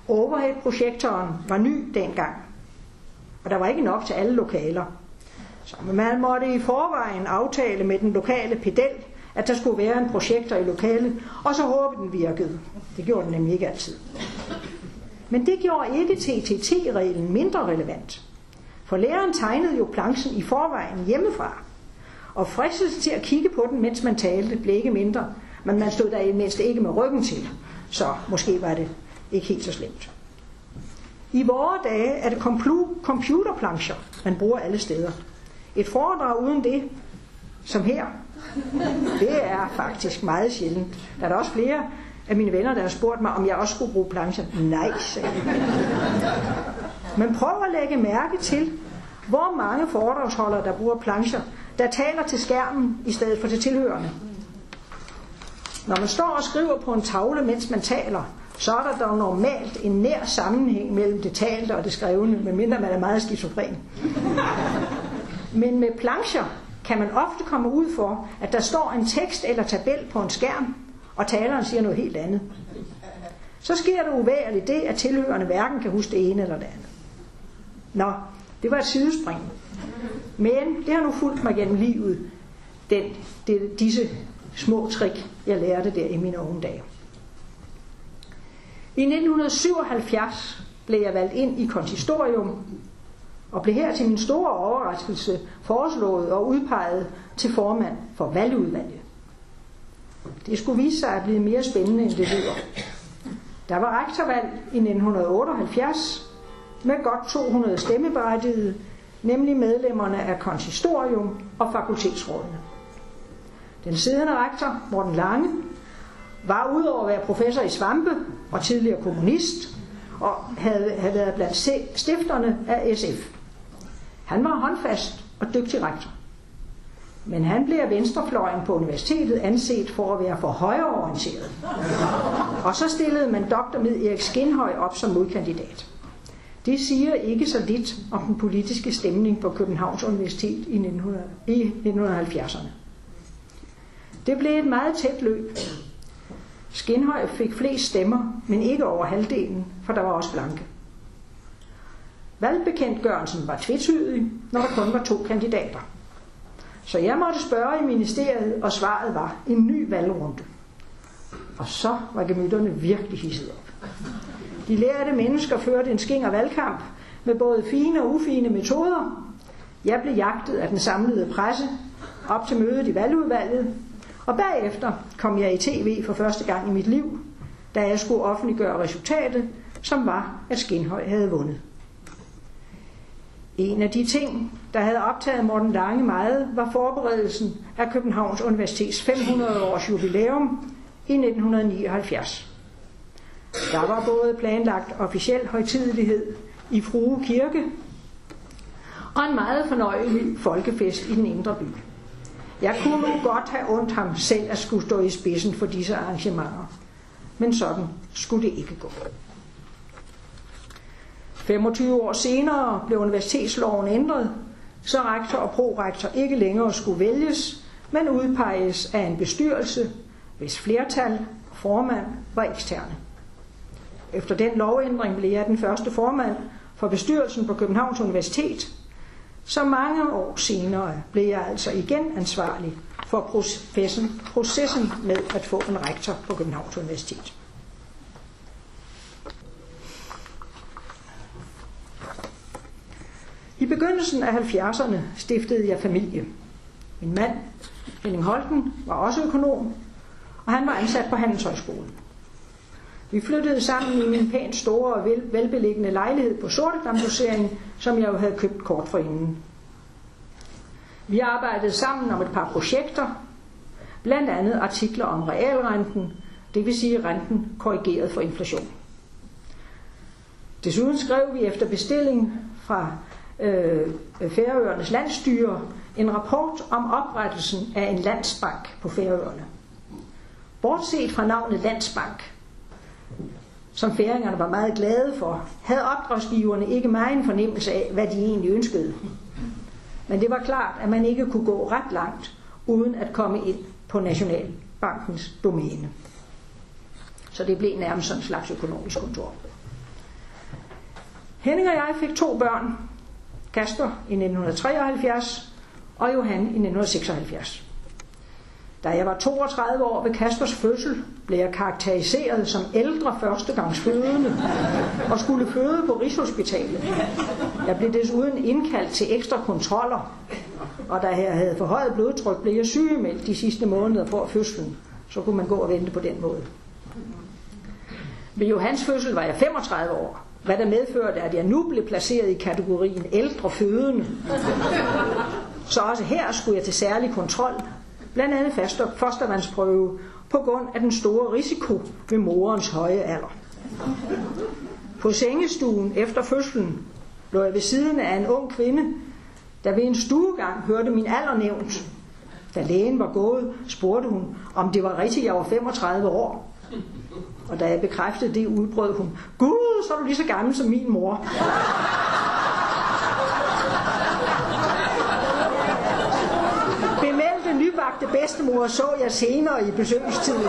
Overhead-projektoren var ny dengang, og der var ikke nok til alle lokaler. Så man måtte i forvejen aftale med den lokale pedel, at der skulle være en projektor i lokalet, og så håbede den virkede. Det gjorde den nemlig ikke altid. Men det gjorde ikke TTT-reglen mindre relevant. For læreren tegnede jo planchen i forvejen hjemmefra, og fristelsen til at kigge på den, mens man talte, blev ikke mindre, men man stod der i mindst ikke med ryggen til, så måske var det ikke helt så slemt. I vore dage er det computerplancher, man bruger alle steder. Et foredrag uden det, som her, det er faktisk meget sjældent. Der er der også flere af mine venner, der har spurgt mig, om jeg også skulle bruge plancher. Nej, sagde jeg. Men prøv at lægge mærke til, hvor mange foredragsholdere, der bruger plancher, der taler til skærmen i stedet for til tilhørende. Når man står og skriver på en tavle, mens man taler, så er der dog normalt en nær sammenhæng mellem det talte og det skrevne, medmindre man er meget skizofren. Men med plancher kan man ofte komme ud for, at der står en tekst eller tabel på en skærm, og taleren siger noget helt andet. Så sker der uværligt det, at tilhørende hverken kan huske det ene eller det andet. Nå, det var et sidespring. Men det har nu fulgt mig gennem livet, disse små trick, jeg lærte der i mine unge dage. I 1977 blev jeg valgt ind i konsistorium, og blev her til min store overraskelse foreslået og udpeget til formand for valgudvalget. Det skulle vise sig at blive mere spændende, end det lyder. Der var rektorvalg i 1978 med godt 200 stemmeberettigede, nemlig medlemmerne af konsistorium og fakultetsrådene. Den siddende rektor, Morten Lange, var udover at være professor i svampe og tidligere kommunist, og havde været blandt stifterne af SF. Han var håndfast og dygtig rektor. Men han blev af venstrefløjen på universitetet anset for at være for højreorienteret. Og så stillede man dr. med Erik Skinhøj op som modkandidat. Det siger ikke så lidt om den politiske stemning på Københavns Universitet i 1970'erne. Det blev et meget tæt løb. Skinhøj fik flest stemmer, men ikke over halvdelen, for der var også blanke. Valgbekendtgørelsen var tvetydig, når der kun var 2 kandidater. Så jeg måtte spørge i ministeriet, og svaret var en ny valgrunde. Og så var gemytterne virkelig hisset op. De lærte mennesker førte en skinger valgkamp med både fine og ufine metoder. Jeg blev jagtet af den samlede presse op til mødet i valgudvalget, og bagefter kom jeg i tv for første gang i mit liv, da jeg skulle offentliggøre resultatet, som var, at Skinhøj havde vundet. En af de ting, der havde optaget Morten Lange meget, var forberedelsen af Københavns Universitets 500-års jubilæum i 1979. Der var både planlagt officiel højtidelighed i Frue Kirke og en meget fornøjelig folkefest i den indre by. Jeg kunne nu godt have ondt ham selv at skulle stå i spidsen for disse arrangementer, men sådan skulle det ikke gå. 25 år senere blev universitetsloven ændret, så rektor og prorektor ikke længere skulle vælges, men udpeges af en bestyrelse, hvis flertal og formand var eksterne. Efter den lovændring blev jeg den første formand for bestyrelsen på Københavns Universitet, så mange år senere blev jeg altså igen ansvarlig for processen med at få en rektor på Københavns Universitet. I begyndelsen af 70'erne stiftede jeg familie. Min mand, Henning Holten, var også økonom, og han var ansat på Handelshøjskolen. Vi flyttede sammen i min pænt store og velbeliggende lejlighed på Sortedam-dosering, som jeg jo havde købt kort forinden. Vi arbejdede sammen om et par projekter, blandt andet artikler om realrenten, det vil sige renten korrigeret for inflation. Desuden skrev vi efter bestilling fra Færøernes landsstyre en rapport om oprettelsen af en landsbank på Færøerne. Bortset fra navnet Landsbank, som færingerne var meget glade for, havde opdragsgiverne ikke meget en fornemmelse af, hvad de egentlig ønskede. Men det var klart, at man ikke kunne gå ret langt, uden at komme ind på Nationalbankens domæne. Så det blev nærmest sådan en slags økonomisk kontor. Henning og jeg fik 2 børn. Kasper i 1973 og Johan i 1976. Da jeg var 32 år ved Kaspers fødsel, blev jeg karakteriseret som ældre førstegangsfødende og skulle føde på Rigshospitalet. Jeg blev desuden indkaldt til ekstra kontroller, og da jeg havde forhøjet blodtryk, blev jeg sygemeldt de sidste måneder før fødslen. Så kunne man gå og vente på den måde. Ved Johans fødsel var jeg 35 år, hvad der medførte, at jeg nu blev placeret i kategorien ældre fødende. Så også her skulle jeg til særlig kontrol, blandt andet fostervandsprøve, på grund af den store risiko ved morens høje alder. På sengestuen efter fødslen lå jeg ved siden af en ung kvinde, der ved en stuegang hørte min alder nævnt. Da lægen var gået, spurgte hun, om det var rigtigt, jeg var 35 år. Og da jeg bekræftede det, udbrød hun, Gud, så er du lige så gammel som min mor. Bemeldte nybagte bedstemor så jeg senere i besøgstiden.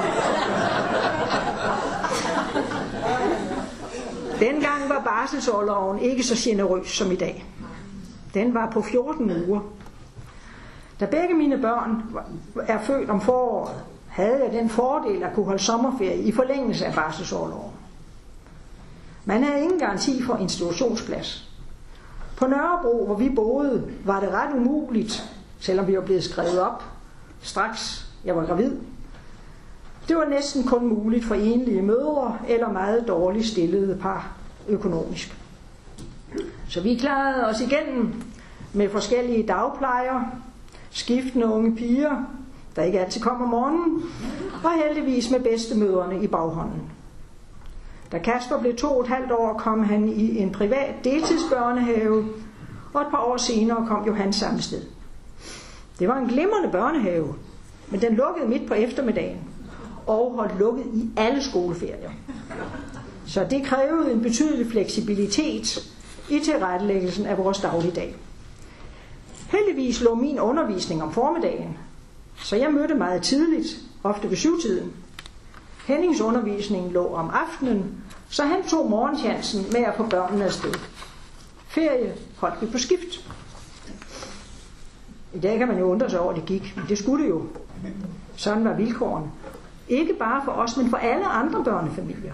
Dengang var barselsorloven ikke så generøs som i dag. Den var på 14 uger. Da begge mine børn er født om foråret, havde jeg den fordel at kunne holde sommerferie i forlængelse af barselsorloven. Man havde ingen garanti for institutionsplads. På Nørrebro, hvor vi boede, var det ret umuligt, selvom vi var blevet skrevet op, straks jeg var gravid. Det var næsten kun muligt for enlige mødre eller meget dårligt stillede par økonomisk. Så vi klarede os igennem med forskellige dagplejer, skiftende unge piger, der ikke altid kom om morgenen, og heldigvis med bedstemødrene i baghånden. Da Kasper blev 2,5 år, kom han i en privat deltidsbørnehave, og et par år senere kom Johan samme sted. Det var en glimrende børnehave, men den lukkede midt på eftermiddagen og holdt lukket i alle skoleferier. Så det krævede en betydelig fleksibilitet i tilrettelæggelsen af vores dagligdag. Heldigvis lå min undervisning om formiddagen, så jeg mødte meget tidligt, ofte ved 7-tiden. Hennings undervisning lå om aftenen, så han tog morgenchancen med at få børnene afsted. Ferie holdt vi på skift. I dag kan man jo undre sig over, at det gik, men det skulle det jo. Sådan var vilkårene. Ikke bare for os, men for alle andre børnefamilier.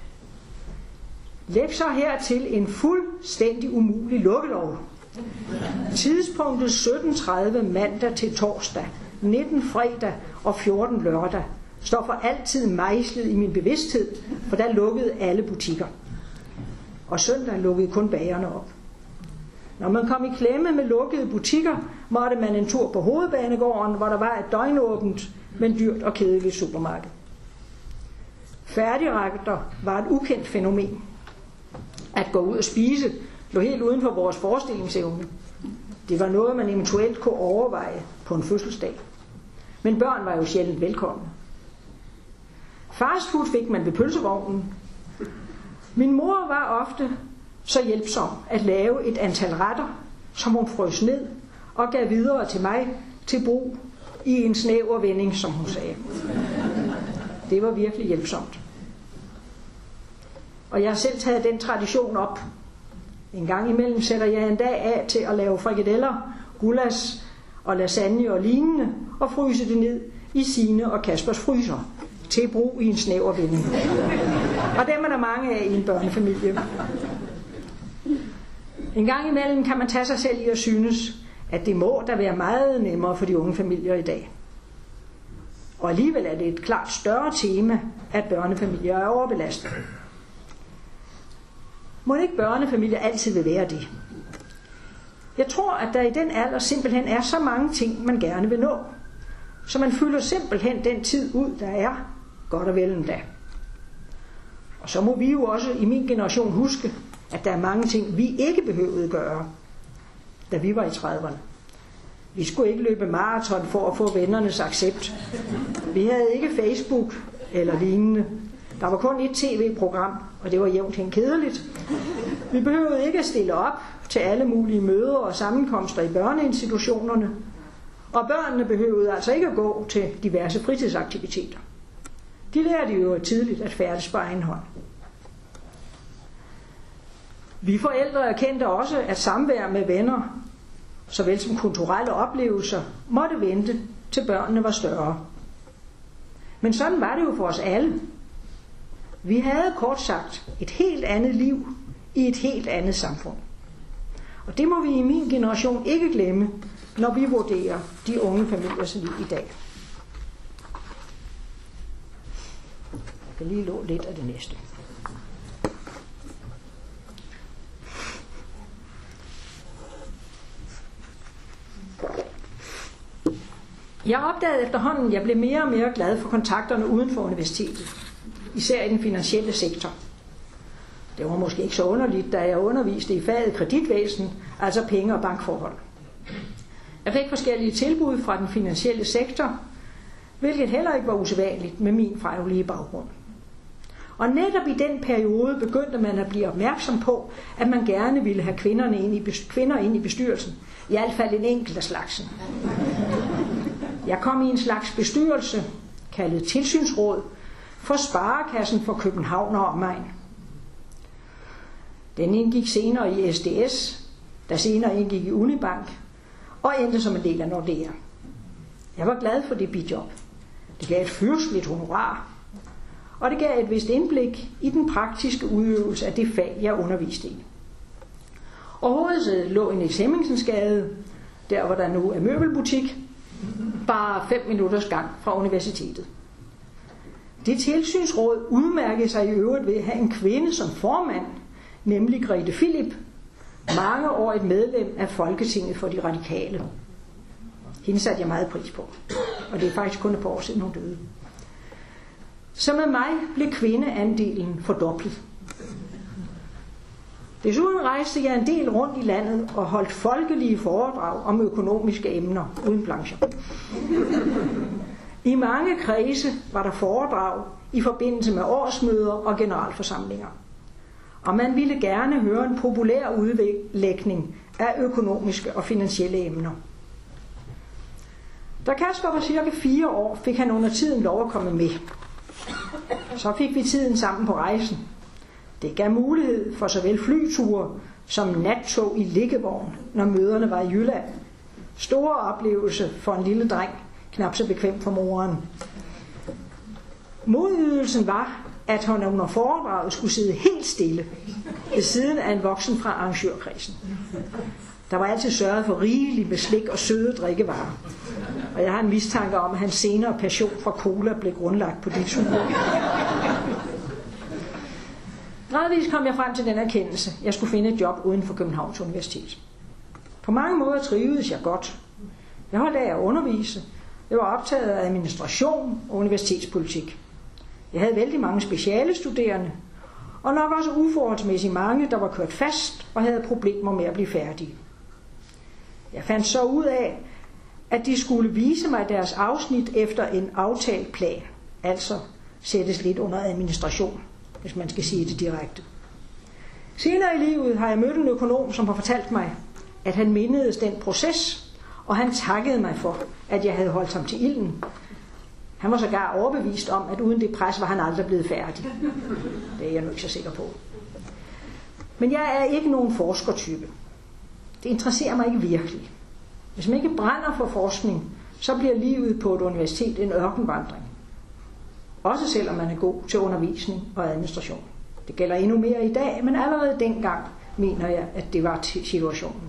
Læg så hertil en fuldstændig umulig lukkelov. Tidspunktet 17:30 mandag til torsdag, 19 fredag og 14 lørdag står for altid mejslet i min bevidsthed, for der lukkede alle butikker. Og søndag lukkede kun bagerne op. Når man kom i klemme med lukkede butikker, måtte man en tur på Hovedbanegården, hvor der var et døgnåbent, men dyrt og kedeligt supermarked. Færdigretter var et ukendt fænomen. At gå ud og spise lå helt uden for vores forestillingsevne. Det var noget, man eventuelt kunne overveje på en fødselsdag. Men børn var jo sjældent velkomne. Fastfood fik man ved pølsevognen. Min mor var ofte så hjælpsom at lave et antal retter, som hun frøs ned og gav videre til mig til brug i en snæver vending, som hun sagde. Det var virkelig hjælpsomt. Og jeg har selv taget den tradition op. En gang imellem sætter jeg en dag af til at lave frikadeller, gulas og lasagne og lignende, og fryse det ned i sine og Kaspers fryser, til brug i en snæver vending. Og dem er der mange af i en børnefamilie. En gang imellem kan man tage sig selv i at synes, at det må da være meget nemmere for de unge familier i dag. Og alligevel er det et klart større tema, at børnefamilier er overbelastet. Må ikke børnefamilier altid vil være det? Jeg tror, at der i den alder simpelthen er så mange ting, man gerne vil nå. Så man fylder simpelthen den tid ud, der er, godt og vel endda. Og så må vi jo også i min generation huske, at der er mange ting, vi ikke behøvede gøre, da vi var i 30'erne. Vi skulle ikke løbe maraton for at få vennernes accept. Vi havde ikke Facebook eller lignende. Der var kun et tv-program, og det var jævnt hen kedeligt. Vi behøvede ikke at stille op til alle mulige møder og sammenkomster i børneinstitutionerne. Og børnene behøvede altså ikke at gå til diverse fritidsaktiviteter. De lærte jo tidligt at færdes på egen hånd. Vi forældre erkendte også, at samvær med venner, såvel som kulturelle oplevelser, måtte vente, til børnene var større. Men sådan var det jo for os alle. Vi havde kort sagt et helt andet liv i et helt andet samfund. Og det må vi i min generation ikke glemme, når vi vurderer de unge familiers liv i dag. Jeg kan lige låne lidt af det næste. Jeg opdagede efterhånden, at jeg blev mere og mere glad for kontakterne uden for universitetet, især i den finansielle sektor. Det var måske ikke så underligt, da jeg underviste i faget kreditvæsen, altså penge- og bankforhold. Jeg fik forskellige tilbud fra den finansielle sektor, hvilket heller ikke var usædvanligt med min faglige baggrund. Og netop i den periode begyndte man at blive opmærksom på, at man gerne ville have kvinder ind i bestyrelsen. I hvert fald en enkelt af slagsen. Jeg kom i en slags bestyrelse, kaldet tilsynsråd, for Sparekassen for København og omegn. Den indgik senere i SDS, der senere indgik i Unibank, og endte som en del af Nordea. Jeg var glad for det bijob. Det gav et fyrsteligt honorar, og det gav et vist indblik i den praktiske udøvelse af det fag, jeg underviste i. Og hovedsædet lå i Niels Hemmingsensgade, der hvor der nu er møbelbutik, bare 5 minutters gang fra universitetet. Det tilsynsråd udmærkede sig i øvrigt ved at have en kvinde som formand, nemlig Grete Philip, mange år et medlem af Folketinget for de Radikale. Hende satte jeg meget pris på, og det er faktisk kun et par år siden hun døde. Så med mig blev kvindeandelen fordoblet. Desuden rejste jeg en del rundt i landet og holdt folkelige foredrag om økonomiske emner uden plancher. I mange kredse var der foredrag i forbindelse med årsmøder og generalforsamlinger. Og man ville gerne høre en populær udlægning af økonomiske og finansielle emner. Da Kasper var cirka 4 år, fik han under tiden lov at komme med. Så fik vi tiden sammen på rejsen. Det gav mulighed for såvel flyture som nattog i liggevogn, når møderne var i Jylland. Store oplevelse for en lille dreng, knap så bekvem for moren. Modydelsen var, at han under foredraget skulle sidde helt stille ved siden af en voksen fra arrangørkredsen. Der var altid sørget for rigeligt med slik og søde drikkevarer. Og jeg har en mistanke om, at hans senere passion for cola blev grundlagt på de ture. Gradvist kom jeg frem til den erkendelse, at jeg skulle finde et job uden for Københavns Universitet. På mange måder trivedes jeg godt. Jeg holdt af at undervise. Jeg var optaget af administration og universitetspolitik. Jeg havde vældig mange specialestuderende, og nok også uforholdsmæssigt mange, der var kørt fast og havde problemer med at blive færdige. Jeg fandt så ud af, at de skulle vise mig deres afsnit efter en aftalt plan, altså sættes lidt under administration, hvis man skal sige det direkte. Senere i livet har jeg mødt en økonom, som har fortalt mig, at han mindedes den proces, og han takkede mig for, at jeg havde holdt ham til ilden. Han var sågar overbevist om, at uden det pres var han aldrig blevet færdig. Det er jeg nu ikke så sikker på. Men jeg er ikke nogen forskertype. Det interesserer mig ikke virkelig. Hvis man ikke brænder for forskning, så bliver livet på et universitet en ørkenvandring. Også selvom man er god til undervisning og administration. Det gælder endnu mere i dag, men allerede dengang mener jeg, at det var situationen.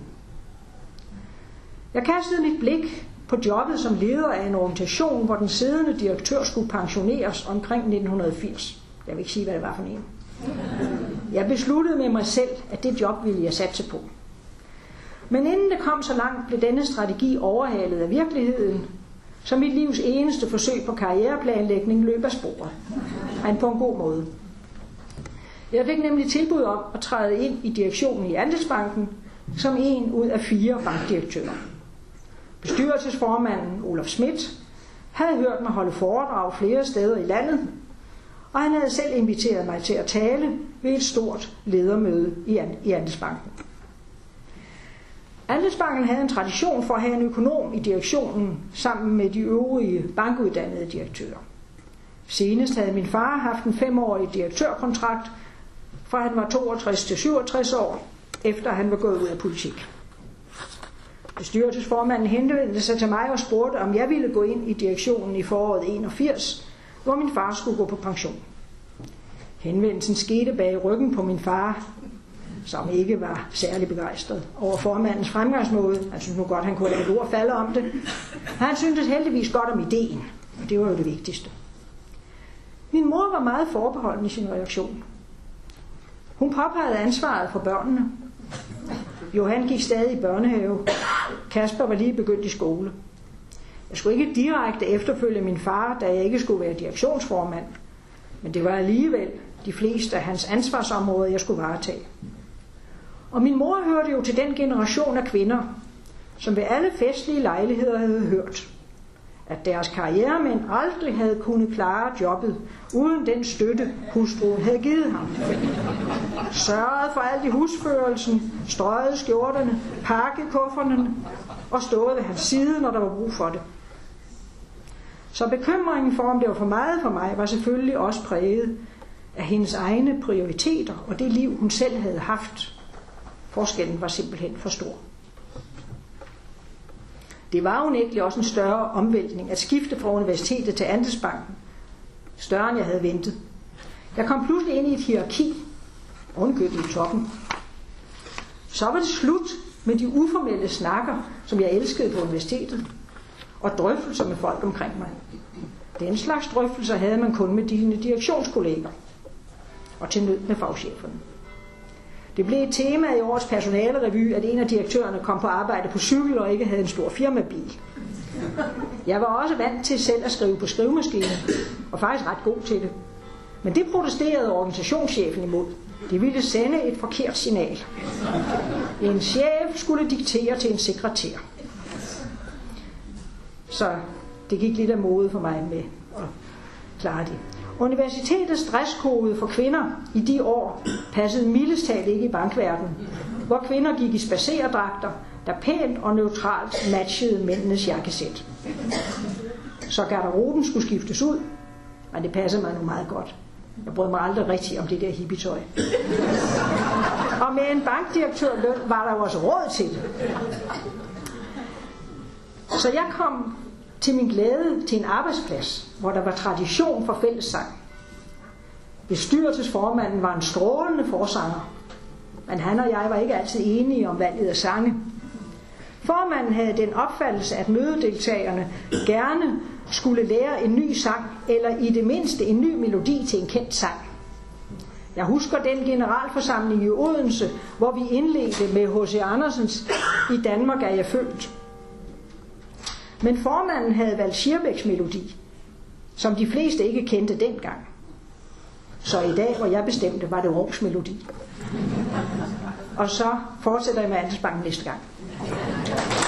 Jeg kastede mit blik på jobbet som leder af en organisation, hvor den siddende direktør skulle pensioneres omkring 1980. Jeg vil ikke sige, hvad det var for en. Jeg besluttede med mig selv, at det job ville jeg satse på. Men inden det kom så langt, blev denne strategi overhalet af virkeligheden, så mit livs eneste forsøg på karriereplanlægning løb af sporet. Men på en god måde. Jeg fik nemlig tilbud om at træde ind i direktionen i Andelsbanken som en ud af 4 bankdirektører. Bestyrelsesformanden Olaf Schmidt havde hørt mig holde foredrag flere steder i landet, og han havde selv inviteret mig til at tale ved et stort ledermøde i Andelsbanken. Andelsbanken havde en tradition for at have en økonom i direktionen sammen med de øvrige bankuddannede direktører. Senest havde min far haft en 5-årig direktørkontrakt fra han var 62 til 67 år, efter han var gået ud af politik. Bestyrelsesformanden henvendte sig til mig og spurgte, om jeg ville gå ind i direktionen i foråret 81, hvor min far skulle gå på pension. Henvendelsen skete bag ryggen på min far, som ikke var særlig begejstret over formandens fremgangsmåde. Han syntes nu godt, han kunne lade et ord falde om det. Han syntes heldigvis godt om ideen, og det var jo det vigtigste. Min mor var meget forbeholden i sin reaktion. Hun påpegede ansvaret for børnene. Johan gik stadig i børnehave. Kasper var lige begyndt i skole. Jeg skulle ikke direkte efterfølge min far, da jeg ikke skulle være direktionsformand, men det var alligevel de fleste af hans ansvarsområder, jeg skulle varetage. Og min mor hørte jo til den generation af kvinder, som ved alle festlige lejligheder havde hørt, at deres karrieremænd aldrig havde kunnet klare jobbet uden den støtte, hustruen havde givet ham. Sørget for alt i husførelsen, strøget skjorterne, pakket kufferterne og stået ved hans side, når der var brug for det. Så bekymringen for, om det var for meget for mig, var selvfølgelig også præget af hendes egne prioriteter og det liv, hun selv havde haft. Forskellen var simpelthen for stor. Det var unægteligt også en større omvæltning at skifte fra universitetet til Andelsbanken. Større end jeg havde ventet. Jeg kom pludselig ind i et hierarki, ovenkøbet i toppen. Så var det slut med de uformelle snakker, som jeg elskede på universitetet, og drøftelser med folk omkring mig. Den slags drøftelser havde man kun med dine direktionskolleger, og til nød med fagcheferne. Det blev et tema i årets personalerevy, at en af direktørerne kom på arbejde på cykel og ikke havde en stor firmabil. Jeg var også vant til selv at skrive på skrivemaskinen, og faktisk ret god til det. Men det protesterede organisationschefen imod. Det ville sende et forkert signal. En chef skulle diktere til en sekretær. Så det gik lidt af mode for mig med at klare det. Universitetets dresskode for kvinder i de år passede mildest talt ikke i bankverdenen, hvor kvinder gik i spadserdragter, der pænt og neutralt matchede mændenes jakkesæt. Så garderoben skulle skiftes ud, men det passede mig nu meget godt. Jeg brød mig aldrig rigtig om det der hippietøj. Og med en bankdirektørløn var der jo også råd til det. Så jeg kom til min glæde til en arbejdsplads, hvor der var tradition for fællessang. Bestyrelsesformanden var en strålende forsanger, men han og jeg var ikke altid enige om valget af sange. Formanden havde den opfattelse, at mødedeltagerne gerne skulle lære en ny sang, eller i det mindste en ny melodi til en kendt sang. Jeg husker den generalforsamling i Odense, hvor vi indledte med H.C. Andersens "I Danmark er jeg født". Men formanden havde valgt Schierbecks melodi, som de fleste ikke kendte dengang. Så i dag, hvor jeg bestemte, var det Rovs melodi. Og så fortsætter jeg med Andelsbanken næste gang.